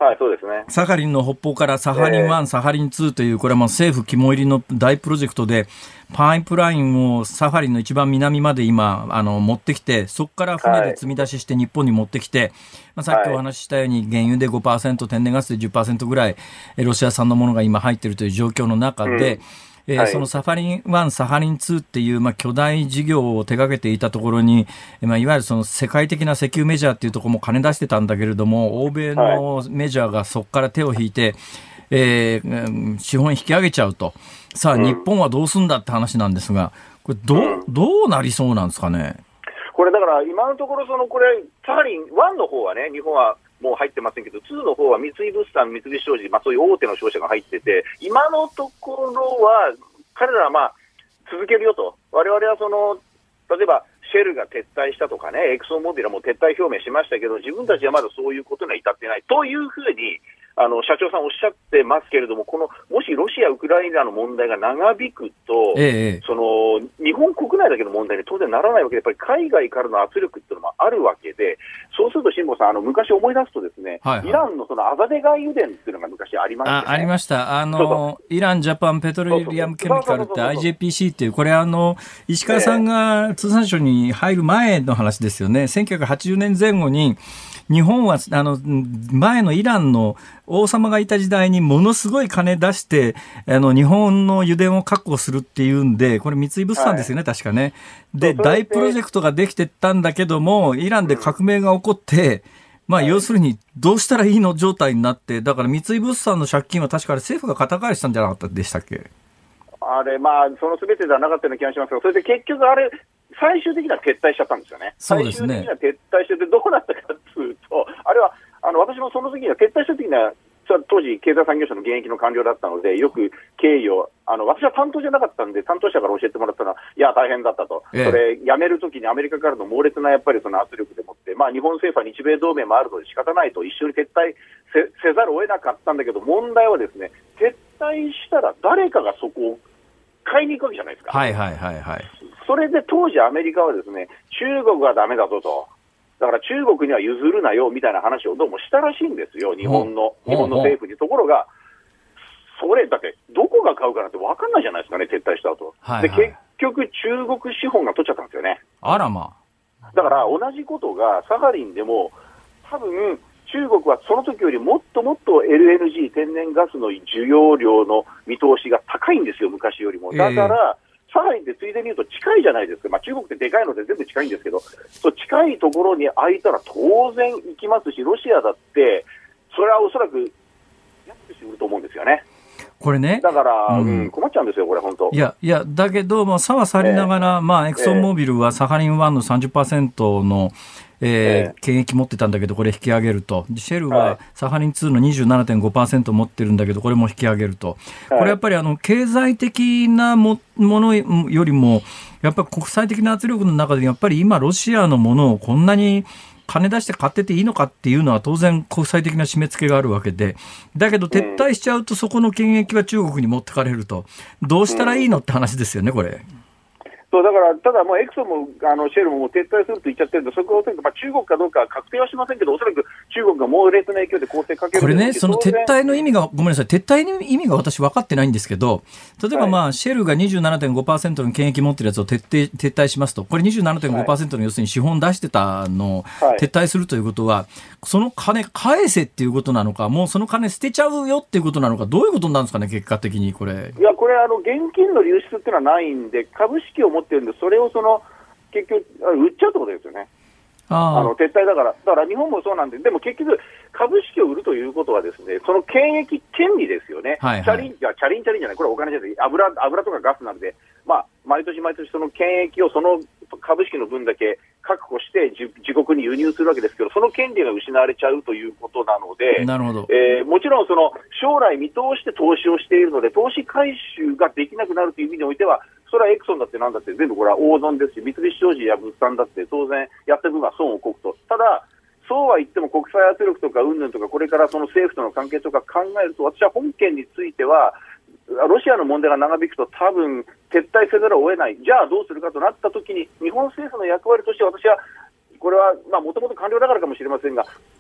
はい、そうですね。 サハリンの北方からサハリン1、サハリン2という、これはもう政府肝入りの大プロジェクトで、パイプラインをサハリンの一番南まで今、持ってきて、そこから船で積み出しして日本に持ってきて、さっきお話ししたように、原油で 5%、天然ガスで 10% ぐらい、ロシア産のものが今入っているという状況の中で、そのサハリン1、サハリン2っていう、巨大事業を手掛けていたところに、いわゆるその世界的な石油メジャーっていうところも金出してたんだけれども、欧米のメジャーがそこから手を引いて、資本引き上げちゃうと。さあ、日本はどうすんだって話なんですが、これどうなりそうなんですかね。 これだから今のところこれサハリン1の方はね、日本はもう入ってませんけど、2の方は三井物産、三菱商事、そういう大手の商社が入ってて、今のところは彼らは続けるよと。我々は例えばシェルが撤退したとかね、エクソンモービルはもう撤退表明しましたけど、自分たちはまだそういうことには至ってないというふうに社長さんおっしゃってますけれども、もしロシア・ウクライナの問題が長引くと、日本国内だけの問題に当然ならないわけで、やっぱり海外からの圧力っていうのもあるわけで、そうすると辛坊さん、昔思い出すとですね、イランのアザデガイ油田っていうのが昔ありましたね。 ありました。イラン・ジャパン・ペトロリアム・ケミカルって IJPC っていう、これ石川さんが通産省に入る前の話ですよね。1980年前後に、日本は前のイランの王様がいた時代にものすごい金出して日本の油田を確保するっていうんで、これ三井物産ですよね、確かね。で、大プロジェクトができてったんだけども、イランで革命が起こって、要するにどうしたらいいの状態になって、だから三井物産の借金は確か政府が肩代わりしたんじゃなかったでしたっけ。 あれ、その全てではなかったような気がしますが、それで結局最終的には撤退しちゃったんですよね。 そうですね。 最終的には撤退してて、どうなったかというと、あれは私もその時には撤退した時には当時経済産業省の現役の官僚だったので、よく経緯を私は担当じゃなかったんで、担当者から教えてもらったのは、いや大変だったと、それ辞める時にアメリカからの猛烈なやっぱり圧力でもって、日本政府は日米同盟もあるので仕方ないと一緒に撤退 せざるを得なかったんだけど、問題はですね、撤退したら誰かがそこを買いに行くわけじゃないですか。それで当時アメリカはですね、中国はダメだぞと、だから中国には譲るなよみたいな話をどうもしたらしいんですよ、日本の政府に。ところが、それだってどこが買うかなんて分かんないじゃないですかね、撤退した後、で結局中国資本が取っちゃったんですよね。 あらまあ。 だから同じことがサハリンでも多分中国はその時よりもっともっと LNG 天然ガスの需要量の見通しが高いんですよ、昔よりも。だから、サハリンってついでに言うと近いじゃないですか。中国ってでかいので全部近いんですけど、そう近いところに空いたら当然行きますし、ロシアだってそれはおそらく安くして売ると思うんですよね。 これね。 だから、困っちゃうんですよ、これ本当。 いや、だけど、差は去りながら、エクソンモービルはサハリン1の 30% の、権益持ってたんだけど、これ引き上げると。シェルはサハリン2の 27.5% 持ってるんだけど、これも引き上げると。これやっぱり経済的なものよりも、やっぱり国際的な圧力の中で、やっぱり今ロシアのものをこんなに金出して買ってていいのかっていうのは当然国際的な締め付けがあるわけで、だけど撤退しちゃうとそこの権益は中国に持ってかれると、どうしたらいいのって話ですよね、これ。 そうだから、ただもうエクソンもシェルももう撤退すると言っちゃってるんで、そこを中国かどうか確定はしませんけど、おそらく中国が猛烈な影響で攻勢かける。 これね、その撤退の意味が、ごめんなさい、撤退の意味が私分かってないんですけど、例えばシェルが 27.5% の権益持ってるやつを撤退しますと、これ 27.5% の要するに資本出してたのを撤退するということは、その金返せっていうことなのか、もうその金捨てちゃうよっていうことなのか、どういうことなんですかね、結果的にこれ。 いや、これ現金の流出っていうのはないんで、株式を持ってるんで、それを結局売っちゃうってことですよね。撤退だから日本もそうなんで、でも結局株式を売るということはですね、その権益権利ですよね。チャリンじゃない、これはお金じゃない、油とかガスなんで、毎年毎年その権益をその株式の分だけ確保して自国に輸入するわけですけど、その権利が失われちゃうということなので、 なるほど。 もちろん将来見通して投資をしているので、投資回収ができなくなるという意味においては、それはエクソンだってなんだって全部これは大損ですし、三菱商事や物産だって当然やった分は損をこくと。ただそうは言っても国際圧力とか云々とか、これからその政府との関係とか考えると、私は本件についてはロシアの問題が長引くと多分撤退せざるを得ない。じゃあどうするかとなったときに、日本政府の役割として私はこれはもともと官僚だからかもしれませんが、この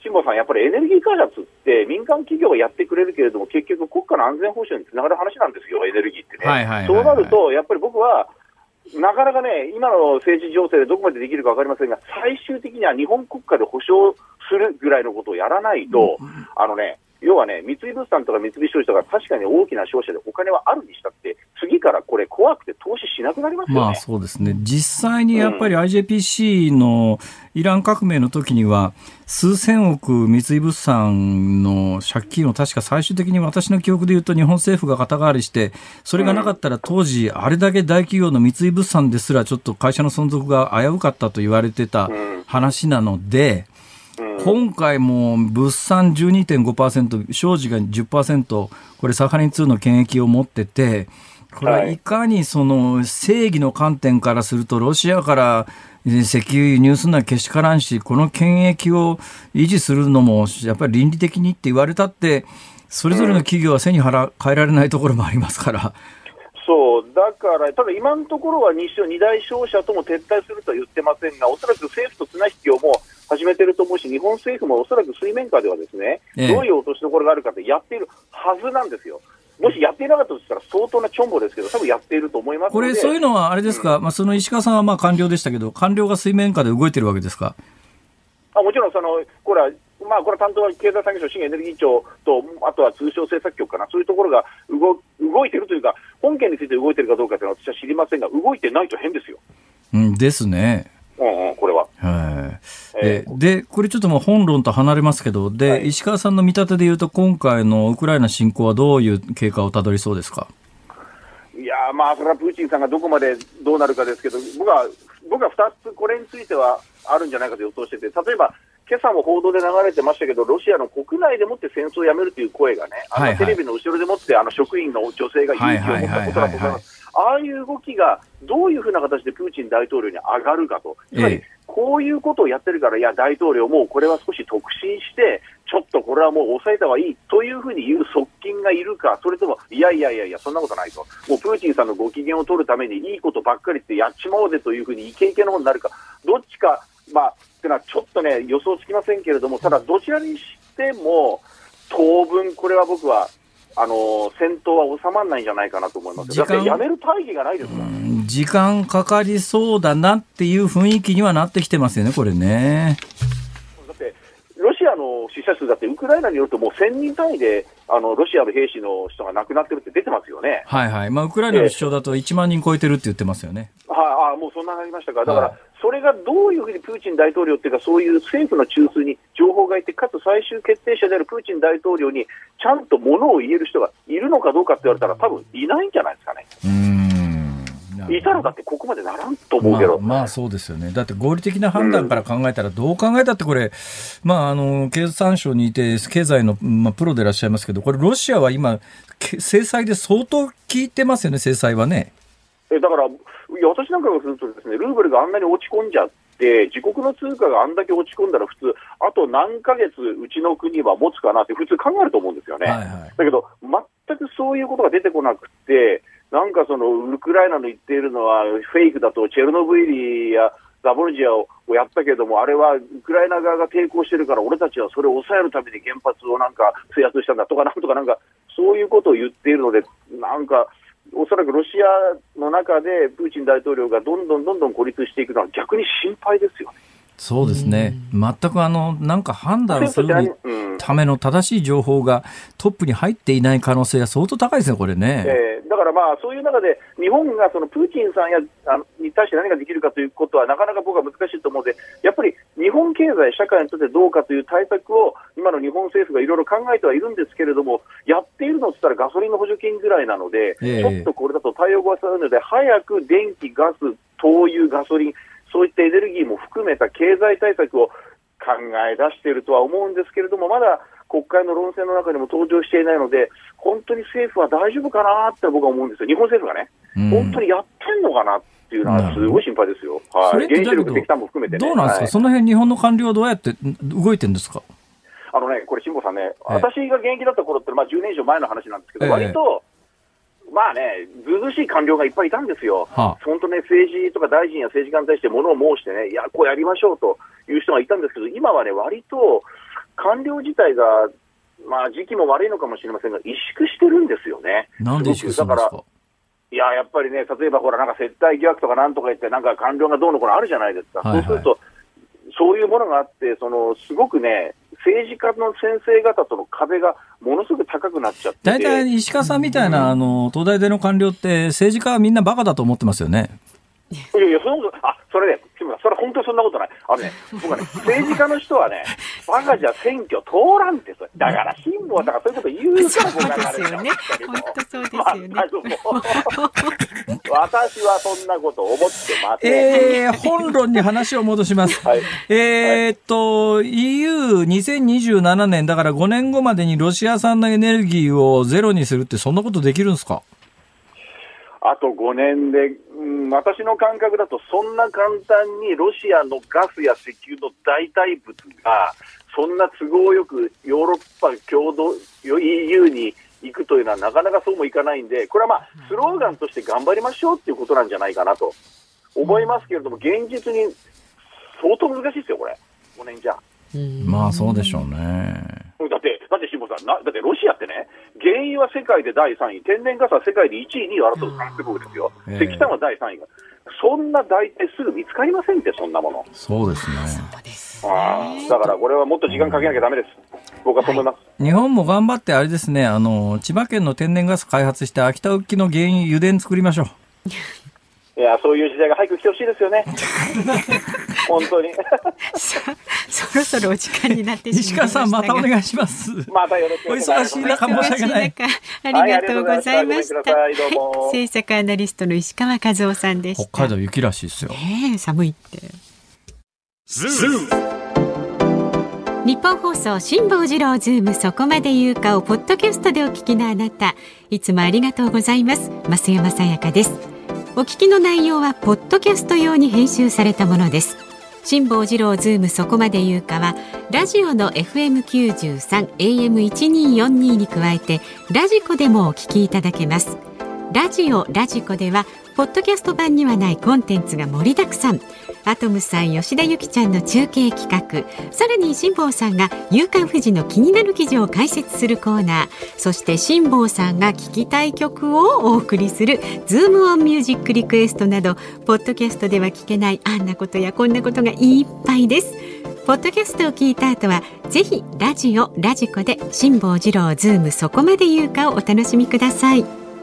辛坊さん、やっぱりエネルギー開発って民間企業がやってくれるけれども、結局国家の安全保障につながる話なんですよ、エネルギーってね。そうなると、やっぱり僕は、なかなかね、今の政治情勢でどこまでできるか分かりませんが、最終的には日本国家で保障するぐらいのことをやらないと、要はね、三井物産とか三菱商事とか、確かに大きな商社でお金はあるにしたって、次からこれ、怖くて投資しなくなりますよね。 まあそうですね、実際にやっぱり IJPC のイラン革命の時には、数千億三井物産の借金を確か最終的に私の記憶で言うと日本政府が肩代わりして、それがなかったら当時、あれだけ大企業の三井物産ですらちょっと会社の存続が危うかったと言われてた話なので、今回も物産 12.5%、商事が 10%、これサハリン2の権益を持ってて、これはいかにその正義の観点からすると、ロシアから石油輸入するのはけしからんし、この権益を維持するのもやっぱり倫理的にって言われたって、それぞれの企業は背に変えられないところもありますから。 そうだから、ただ今のところは二大商社とも撤退するとは言ってませんが、おそらく政府と綱引きをもう始めてると思うし、日本政府もおそらく水面下ではですね、どういう落としどころがあるかってやっているはずなんですよ。もしやっていなかったとしたら相当なチョンボですけど、多分やっていると思いますので。 これ、そういうのはあれですか、その石川さんはまあ官僚でしたけど、官僚が水面下で動いてるわけですか。 もちろんこれは担当は経済産業省、新エネルギー庁と、あとは通商政策局かな、そういうところが動いているというか、本件について動いているかどうかというのは私は知りませんが、動いてないと変ですよ。 ですね。 これは。 で、これちょっともう本論と離れますけど、で、石川さんの見立てでいうと、今回のウクライナ侵攻はどういう経過をたどりそうですか。 いやそれはプーチンさんがどこまでどうなるかですけど、僕は2つこれについてはあるんじゃないかと予想してて、例えば今朝も報道で流れてましたけど、ロシアの国内でもって戦争をやめるという声がね、テレビの後ろでもって職員の女性が勇気を持ったことだと思います。ああいう動きがどういうふうな形でプーチン大統領に上がるかと、つまりこういうことをやってるから、いや、大統領もこれは少し特進して、ちょっとこれはもう抑えた方がいいというふうに言う側近がいるか、それとも、いや、そんなことないと、もうプーチンさんのご機嫌を取るためにいいことばっかりってやっちまおうぜというふうにイケイケの方になるか、どっちか、ってのはちょっとね、予想つきませんけれども、ただ、どちらにしても、当分、これは僕は、戦闘は収まらないんじゃないかなと思います。だってやめる大義がないですから。 時間かかりそうだなっていう雰囲気にはなってきてますよね、これね。 だってロシアの死者数だってウクライナによるともう1000人単位でロシアの兵士の人が亡くなってるって出てますよね。 ウクライナの主張だと1万人超えてるって言ってますよね。 もうそんなになりましたから、だからそれがどういうふうにプーチン大統領っていうか、そういう政府の中枢に情報がいて、かつ最終決定者であるプーチン大統領にちゃんとものを言える人がいるのかどうかって言われたら、多分いないんじゃないですかね。いたらだってここまでならんと思うけど、 そうですよね。だって合理的な判断から考えたら、どう考えたってこれ、経産省にいて経済の、プロでいらっしゃいますけど、これロシアは今制裁で相当効いてますよね、制裁はね。 だから私なんかがするとですね、ルーブルがあんなに落ち込んじゃって、自国の通貨があんだけ落ち込んだら、普通あと何ヶ月うちの国は持つかなって普通考えると思うんですよね。だけど全くそういうことが出てこなくて、なんかウクライナの言っているのはフェイクだと、チェルノブイリやザボルジアをやったけども、あれはウクライナ側が抵抗してるから、俺たちはそれを抑えるために原発をなんか制圧したんだとか、なんとかなんかそういうことを言っているので、なんかおそらくロシアの中でプーチン大統領がどんどん孤立していくのは逆に心配ですよね。 そうですね。全くなんか判断するための正しい情報がトップに入っていない可能性が相当高いですね、これね。 だからそういう中で日本がプーチンさんに対して何ができるかということはなかなか僕は難しいと思うので、やっぱり日本経済、社会にとってどうかという対策を今の日本政府がいろいろ考えてはいるんですけれども、やっているのって言ったらガソリンの補助金ぐらいなので、ちょっとこれだと対応がされるので、早く電気、ガス、灯油、ガソリン、そういったエネルギーも含めた経済対策を考え出しているとは思うんですけれども、まだ国会の論戦の中にも登場していないので、本当に政府は大丈夫かなって僕は思うんですよ。日本政府がね、本当にやってんのかなっていうのはすごい心配ですよ。原子力石炭も含めてね。 どうなんですか、その辺日本の官僚はどうやって動いてるんですか。 これ辛坊さんね、私が現役だった頃って10年以上前の話なんですけど、割とずうずうしい官僚がいっぱいいたんですよ。本当ね、政治とか大臣や政治家に対して物を申してね、いや、こうやりましょうという人がいたんですけど、今はね、割と官僚自体が、時期も悪いのかもしれませんが、萎縮してるんですよね。 なんで萎縮するんですか？ だからやっぱりね、例えばなんか接待疑惑とかなんとか言って、なんか官僚がどうのこうのあるじゃないですか。そうすると、そういうものがあって、すごくね、政治家の先生方との壁がものすごく高くなっちゃって。 大体石川さんみたいな、東大での官僚って政治家はみんなバカだと思ってますよね。 いや、それね、それ本当にそんなことない。僕はね、政治家の人はね、バカじゃ選挙通らんって、だから辛抱だからそういうこと言うから僕はそうですよね。本当そうですよね。 私はそんなこと思ってません。 本論に話を戻します。はい、EU2027 年だから5年後までにロシア産のエネルギーをゼロにするってそんなことできるんですか？ あと5年で、私の感覚だとそんな簡単にロシアのガスや石油の代替物がそんな都合よくヨーロッパ共同 EU に行くというのはなかなかそうもいかないんで、これはスローガンとして頑張りましょうっていうことなんじゃないかなと思いますけれども、現実に相当難しいですよ、これ5年じゃ。 そうでしょうね。 だって辛坊さん、だってロシアってね、原油は世界で第3位、天然ガスは世界で1位、2位を争う産出国ですよ。石炭は第3位が。そんな大体すぐ見つかりませんって、そんなもの。 そうですね。 だからこれはもっと時間かけなきゃダメです。僕はそう思います。 日本も頑張ってあれですね、千葉県の天然ガス開発して秋田沖の原油油田作りましょう。 いや、そういう時代が早く来てほしいですよね。本当に。 そろそろお時間になってしまいましたが、 石川さんまたお願いします。 またよろしくお願いします。 お忙しい中申し訳ない。 ありがとうございました。政策アナリストの石川和夫さんでした。 北海道雪らしいですよ。 寒いって。日本放送辛坊治郎ズームそこまで言うかをポッドキャストでお聞きのあなた、いつもありがとうございます。増山さやかです。お聞きの内容はポッドキャスト用に編集されたものです。辛坊治郎ズームそこまで言うかはラジオの FM93 AM1242 に加えてラジコでもお聞きいただけます。ラジコではポッドキャスト版にはないコンテンツが盛りだくさん。アトムさん、吉田ゆきちゃんの中継企画、さらに辛坊さんが夕刊フジの気になる記事を解説するコーナー、そして辛坊さんが聴きたい曲をお送りするズームオンミュージックリクエストなど、ポッドキャストでは聞けないあんなことやこんなことがいっぱいです。ポッドキャストを聞いた後はぜひラジコで辛坊治郎ズームそこまで言うかをお楽しみください。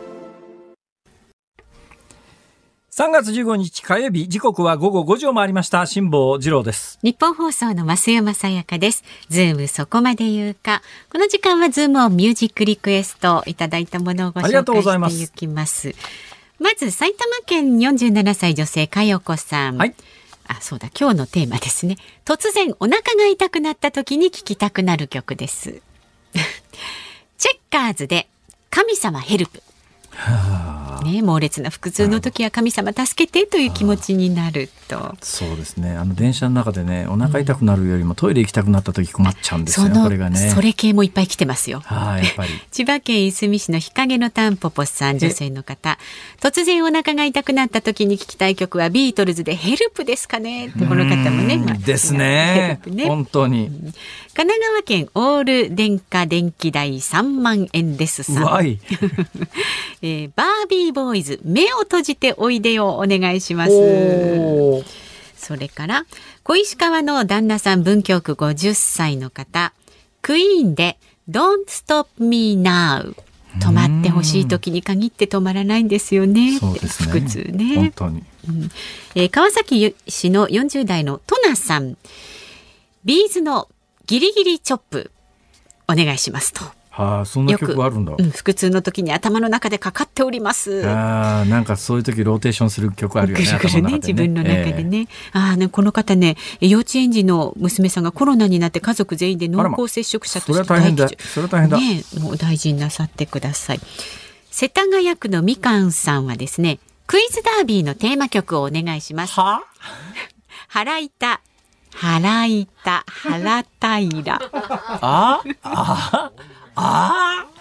3月15日火曜日、時刻は午後5時を回りました。辛坊治郎です。 日本放送の増山さやかです。ズームそこまで言うか。この時間はズームオンミュージックリクエストいただいたものをご紹介していきます。まず埼玉県47歳女性かよこさん。はい。そうだ、今日のテーマですね。突然お腹が痛くなった時に聴きたくなる曲です。チェッカーズで神様ヘルプ。猛烈な腹痛の時は神様助けてという気持ちになると。 そうですね。電車の中でね、お腹痛くなるよりもトイレ行きたくなった時困っちゃうんですよね。これがね。 それ系もいっぱい来てますよ。 やっぱり千葉県いすみ市の日陰のたんぽぽさん、女性の方。突然お腹が痛くなった時に聴きたい曲はビートルズでヘルプですかねって、この方もね。 ですね。本当に。 神奈川県オール電化電気代3万円ですさん。バービーボーイズ目を閉じておいでよお願いします。それから小石川の旦那さん、文京区50歳の方、クイーンで Don't Stop Me Now。 止まってほしい時に限って止まらないんですよね。 そうですね、 腹痛ね。 本当に。 川崎市の40代のトナさん、ビーズのギリギリチョップお願いしますと。 そんな曲あるんだ。 腹痛の時に頭の中でかかっております。 なんかそういう時ローテーションする曲あるよね。 自分の中でね。この方ね、幼稚園児の娘さんがコロナになって家族全員で濃厚接触者としてそれは大変だ。それは大変だ。 もう大事になさってください。世田谷区のみかんさんはですね、クイズダービーのテーマ曲をお願いします。腹痛腹平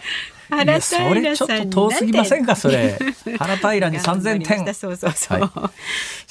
原平それちょっと遠すぎませんか、それ。原平に3000点。 そうそうそう。 はい、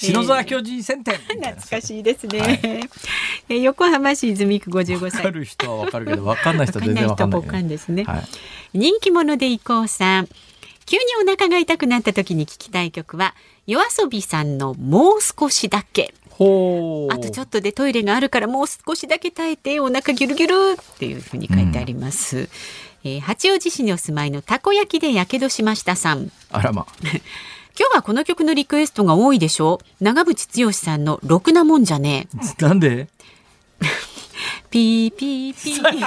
篠沢巨人1000点。 懐かしいですね。はい、横浜市泉区55歳。 わかる人はわかるけど、わかんない人は全然わかんない。 わかんない人ですね。 はい、 人気者でいこうさん。急にお腹が痛くなった時に聞きたい曲は、夜遊びさんのもう少しだけ。あとちょっとでトイレがあるからもう少しだけ耐えて、お腹ギュルギュルっていうふうに書いてあります。八王子市にお住まいのたこ焼きでやけどしましたさん。 あらま。 今日はこの曲のリクエストが多いでしょう。長渕剛さんのろくなもんじゃねえ。なんでピーピーピー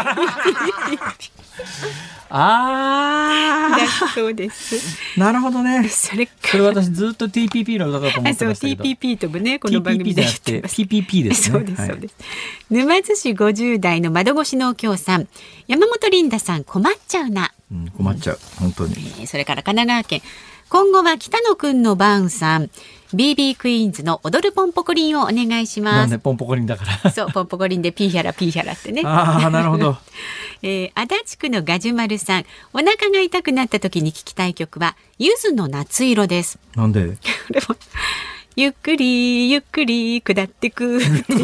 あだそうです。 なるほどね。 それ私ずっと TPP の歌だと思ってましたけど。 そう TPP ともね、この番組で言ってます。 TPP ですね。 そうですそうです。沼津市50代の窓越しのお京さん、山本リンダさん困っちゃうな。 困っちゃう本当に。 それから神奈川県。今後は北野くんの番さん、BB クイーンズの踊るポンポコリンをお願いします。 なんでポンポコリンだから。 そう、ポンポコリンでピーヒャラピーヒャラってね。 ああ、なるほど。 足立区のガジュマルさん、お腹が痛くなった時に聞きたい曲はゆずの夏色です。 なんでゆっくりゆっくり下ってく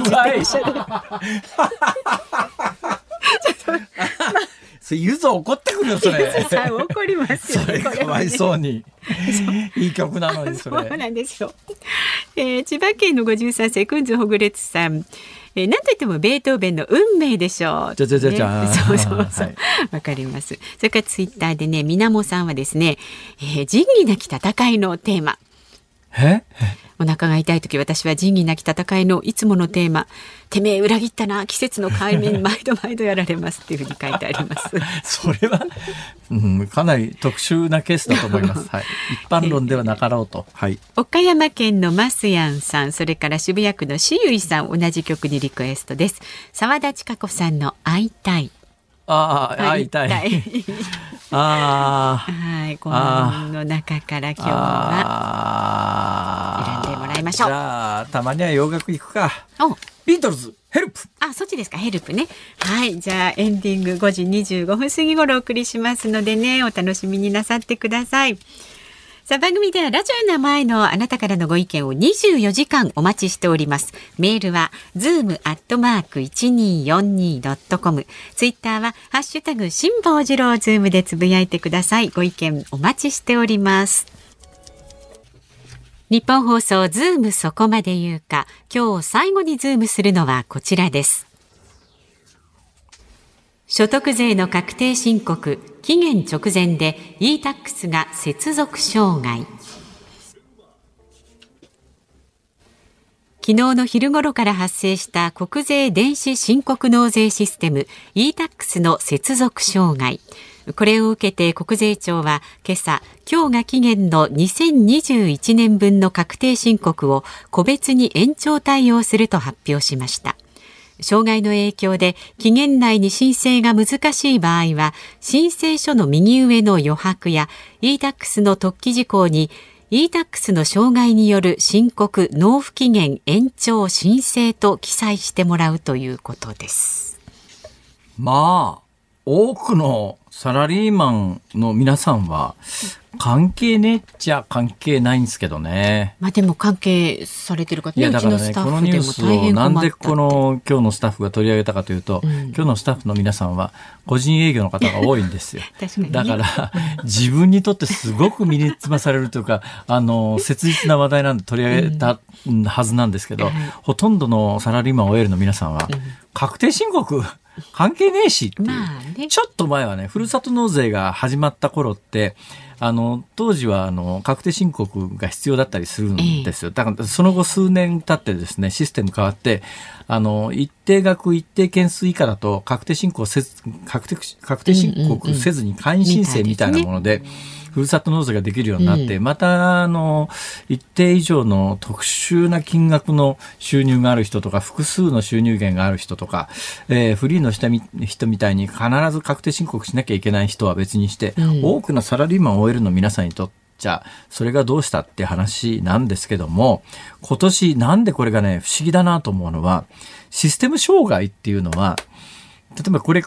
それゆず怒ってくるよそれ。 ゆずさん怒りますよね。 それかわいそうに。いい曲なのにそれ。 そうなんですよ。千葉県の53歳くんずほぐれつさん。なんといってもベートーベンの運命でしょう。 じゃ、 そうそうそう。わかります。それからツイッターでね、みなもさんはですね、仁義なき戦いのテーマ。お腹が痛い時、私は仁義なき戦いのいつものテーマ、てめえ裏切ったな、季節の変わり目に毎度毎度やられますっていうふうに書いてありますそれは、かなり特殊なケースだと思います、はい、一般論ではなかろうと、はい、 岡山県のマスヤンさん、それから渋谷区のしゆいさん、同じ曲にリクエストです。澤田千佳子さんの会いたい。 会いたい。 はい、この中から今日は選んでもらいましょう。 じゃあたまには洋楽行くか。ビートルズヘルプ。 そっちですか、ヘルプね。はい、じゃあエンディング5時25分過ぎ頃お送りしますのでね、お楽しみになさってください。さあ、番組ではラジオの前のあなたからのご意見を24時間お待ちしております。メールは zoom@1242.com、 ツイッターはハッシュタグ辛坊治郎ズームでつぶやいてください。ご意見お待ちしております。日本放送ズームそこまで言うか、今日最後にズームするのはこちらです。所得税の確定申告期限直前で e-tax が接続障害。昨日の昼頃から発生した国税電子申告納税システム e-tax の接続障害。これを受けて国税庁は今朝、今日が期限の2021年分の確定申告を個別に延長対応すると発表しました。障害の影響で期限内に申請が難しい場合は、申請書の右上の余白や e-tax の特記事項に e-tax の障害による申告納付期限延長申請と記載してもらうということです。 まあ多くのサラリーマンの皆さんは関係ねえっちゃ関係ないんですけどね。 でも関係されてる方ね、 いやだからね、このニュースをなんでこの今日のスタッフが取り上げたかというと、今日のスタッフの皆さんは個人営業の方が多いんですよ。 確かにね、 だから自分にとってすごく身につまされるというか切実な話題なんで取り上げたはずなんですけど、ほとんどのサラリーマン OL の皆さんは、確定申告関係ねえしっていう、ちょっと前はね、ふるさと納税が始まった頃って当時は確定申告が必要だったりするんですよ。だからその後数年経ってですね、システム変わって一定額一定件数以下だと確定申告せずに会員申請みたいなものでふるさと納税ができるようになって、また一定以上の特殊な金額の収入がある人とか複数の収入源がある人とか、フリーの人みたいに必ず確定申告しなきゃいけない人は別にして、多くのサラリーマン OL の皆さんにとってじゃあそれがどうしたって話なんですけども、今年なんでこれがね不思議だなと思うのは、システム障害っていうのは、例えばこれ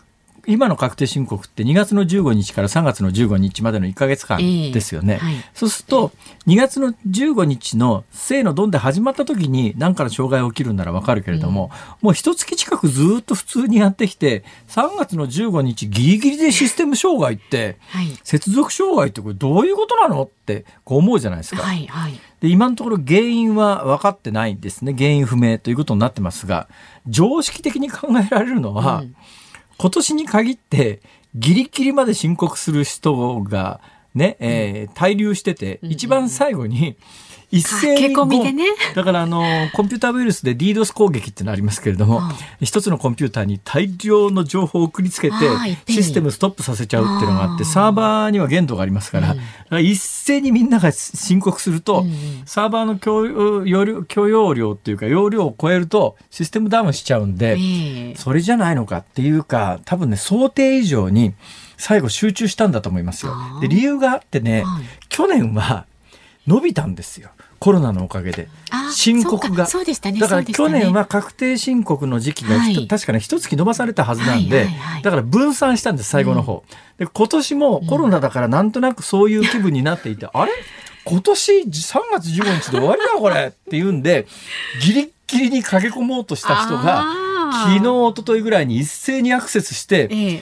今の確定申告って2月の15日から3月の15日までの1ヶ月間ですよね、はい、そうすると2月の15日のせーのドンで始まった時に何かの障害が起きるんなら分かるけれども、もう一月近くずっと普通にやってきて3月の15日ギリギリでシステム障害って、はい、接続障害ってこれどういうことなのってこう思うじゃないですか、はいはい、で今のところ原因は分かってないんですね。原因不明ということになってますが、常識的に考えられるのは、今年に限ってギリギリまで申告する人がね、滞留してて、一番最後に一斉に駆け込みでね、 だからコンピューターウイルスで DDoS 攻撃ってのありますけれども、一つのコンピューターに大量の情報を送りつけてシステムストップさせちゃうっていうのがあって、サーバーには限度がありますから、一斉にみんなが申告すると、サーバーの許容量っていうか容量を超えるとシステムダウンしちゃうんで、それじゃないのかっていうか、多分ね想定以上に最後集中したんだと思いますよ。で理由があってね、去年は伸びたんですよ、コロナのおかげで申告が。 そうでしたね。 だから去年は確定申告の時期が、確かに一月延ばされたはずなんで、だから分散したんです最後の方、で今年もコロナだからなんとなくそういう気分になっていて、あれ今年3月15日で終わりだこれっていうんでギリギリに駆け込もうとした人が昨日一昨日ぐらいに一斉にアクセスして、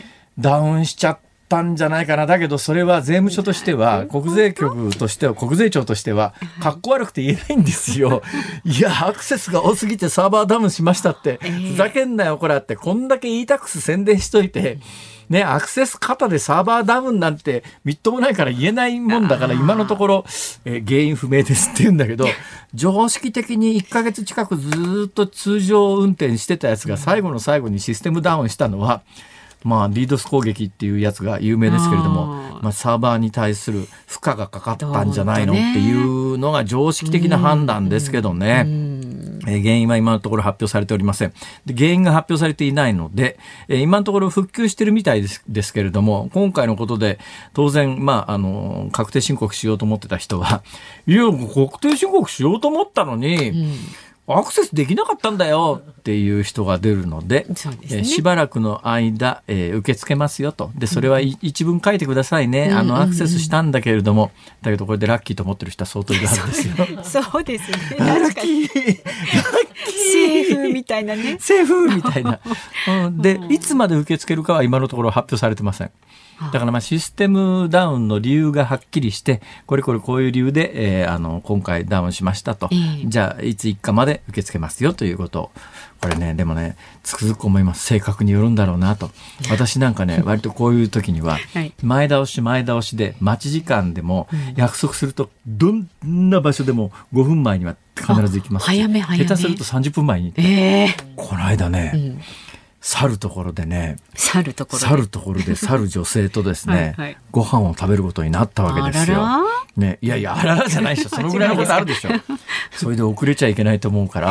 ダウンしちゃったんじゃないかな。だけどそれは税務署としては、国税局としては、国税庁としてはかっこ悪くて言えないんですよ。いやアクセスが多すぎてサーバーダウンしましたって、ふざけんなよこれって、こんだけ e-tax 宣伝しといてね、アクセス過多でサーバーダウンなんてみっともないから言えないもんだから、今のところ、原因不明ですって言うんだけど、常識的に1ヶ月近くずっと通常運転してたやつが最後の最後にシステムダウンしたのは、DDoS 攻撃っていうやつが有名ですけれども、サーバーに対する負荷がかかったんじゃないのっていうのが常識的な判断ですけどね。原因は今のところ発表されておりません。で原因が発表されていないので、今のところ復旧してるみたいですけれども、今回のことで当然、確定申告しようと思ってた人は、いや確定申告しようと思ったのに、アクセスできなかったんだよっていう人が出るので、しばらくの間、受け付けますよと。でそれは一文書いてくださいね、アクセスしたんだけれども、だけどこれでラッキーと思ってる人は相当いるはずですよ。 そうですね、 ラッキーセーフみたいなね、 セーフみたいな、でいつまで受け付けるかは今のところ発表されてません。だからシステムダウンの理由がはっきりして、こういう理由で、今回ダウンしましたと、じゃあいついっかまで受け付けますよということを、これねでもねつくづく思います。性格によるんだろうなと。私なんかね割とこういう時には前倒しで待ち時間でも約束するとどんな場所でも5分前には必ず行きますし、 早め下手すると30分前に、この間ね、去るところで去る女性とですねご飯を食べることになったわけですよ。ね、いやあららじゃないでしょ、そのぐらいのことあるでしょ。それで遅れちゃいけないと思うから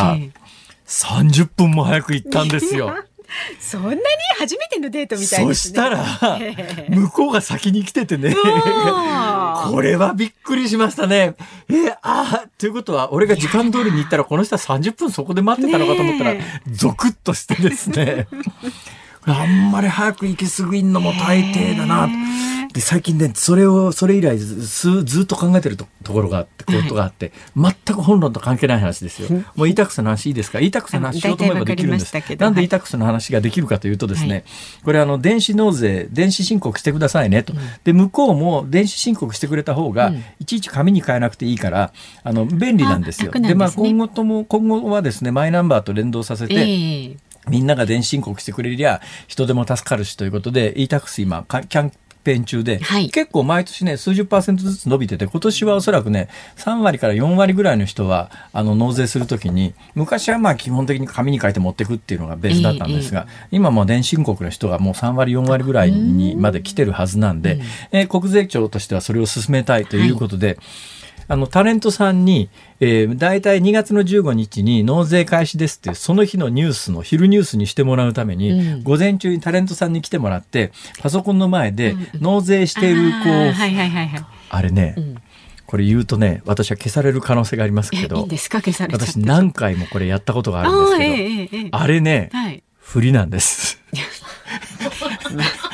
、30分も早く行ったんですよ。 そんなに初めてのデートみたいですね。 そしたら向こうが先に来ててねこれはびっくりしましたね。ということは俺が時間通りに行ったらこの人は30分そこで待ってたのかと思ったらゾクッとしてですねあんまり早く行き過ぎんのも大抵だな。で最近ねそれ以来ずっと考えてるところがあってことがあって、全く本論と関係ない話ですよ。もうe-taxの話いいですか。e-taxの話しようと思えばできるんです。なんでe-taxの話ができるかというとですね、これ電子納税電子申告してくださいねと。で向こうも電子申告してくれた方が、いちいち紙に変えなくていいから便利なんですよ。で今後はですねマイナンバーと連動させて、みんなが電子申告してくれりゃ人でも助かるしということで e-tax 今キャンペーン中で、結構毎年ね数十%ずつ伸びてて、今年はおそらくね3割から4割ぐらいの人は納税するときに、昔は基本的に紙に書いて持ってくっていうのがベースだったんですが、今もう電子申告の人がもう3割4割ぐらいにまで来てるはずなんで、国税庁としてはそれを進めたいということで、タレントさんに、だいたい2月の15日に納税開始ですってその日のニュースの昼ニュースにしてもらうために、午前中にタレントさんに来てもらってパソコンの前で納税しているあれね、これ言うとね私は消される可能性がありますけど、 いいんですか、消されちゃって。 私何回もこれやったことがあるんですけど、あれね、不利なんです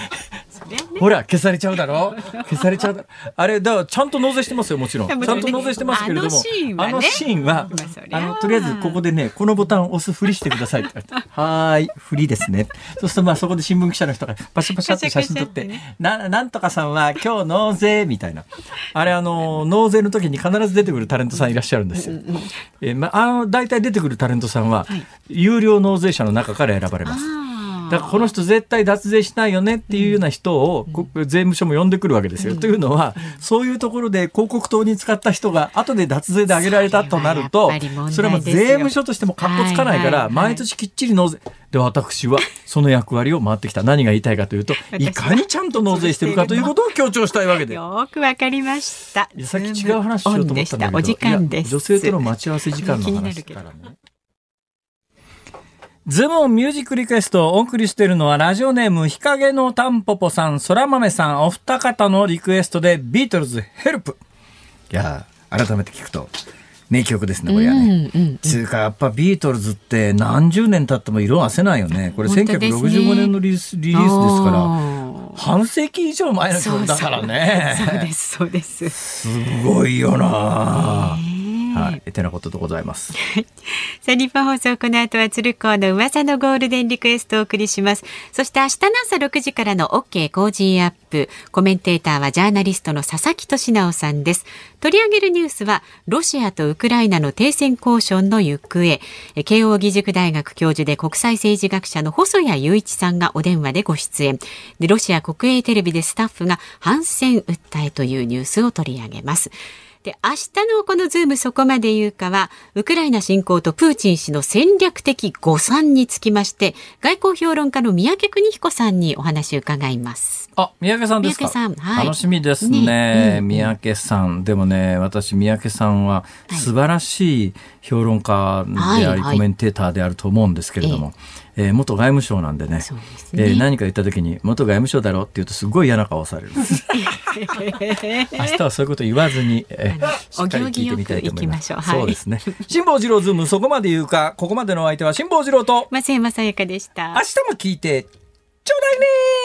ほら消されちゃうだろ、消されちゃうあれだからちゃんと納税してますよ、もちろんちゃんと納税してますけれども、あのシーンはとりあえずここでね、このボタンを押すふりしてくださいって言われてはーいふりですね。そうするとそこで新聞記者の人がパシャパシャって写真撮ってなんとかさんは今日納税みたいな、あれ納税の時に必ず出てくるタレントさんいらっしゃるんですよ。大体出てくるタレントさんは有料納税者の中から選ばれます。だからこの人絶対脱税しないよねっていうような人を、税務署も呼んでくるわけですよ。というのは、そういうところで広告塔に使った人が後で脱税で挙げられたとなると、それはもう税務署としてもカッコつかないから、毎年きっちり納税で、私はその役割を回ってきた。何が言いたいかというと、いかにちゃんと納税してるかということを強調したいわけで。 よくわかりました。 さっき違う話しようと思ったんだけど、 お時間です。 女性との待ち合わせ時間の話からね。ズモンミュージックリクエストをお送りしているのは、ラジオネーム日陰のタンポポさん、そら豆さん、お二方のリクエストでビートルズヘルプ。いや改めて聞くと名曲ですね、これはね。つうかやっぱビートルズって何十年経っても色褪せないよね。これ1965年のリリースですから、半世紀以上前の曲だからね。 そうですそうです。 すごいよな。はい、てなことでございます。 さあ、日本放送、この後は鶴光の噂のゴールデンリクエストをお送りします。そして明日の朝6時からの OK コージーアップ。コメンテーターはジャーナリストの佐々木俊直さんです。取り上げるニュースは、ロシアとウクライナの停戦交渉の行方。慶應義塾大学教授で国際政治学者の細谷雄一さんがお電話でご出演。で、ロシア国営テレビでスタッフが反戦訴えというニュースを取り上げます。で、明日のこのズームそこまで言うかは、ウクライナ侵攻とプーチン氏の戦略的誤算につきまして、外交評論家の三宅邦彦さんにお話を伺います。 あ、三宅さんですか。 三宅さん、はい、 楽しみですね。三宅さん。でもね、私、三宅さんは素晴らしい評論家であり、コメンテーターであると思うんですけれども、元外務省なんでね、何か言った時に元外務省だろって言うとすごい嫌な顔される。明日はそういうこと言わずに、しっかり聞いてみたいと思います。そうですね。辛坊治郎ズームそこまで言うか。ここまでのお相手は辛坊治郎と松山さやかでした。 明日も聞いてちょうだいね。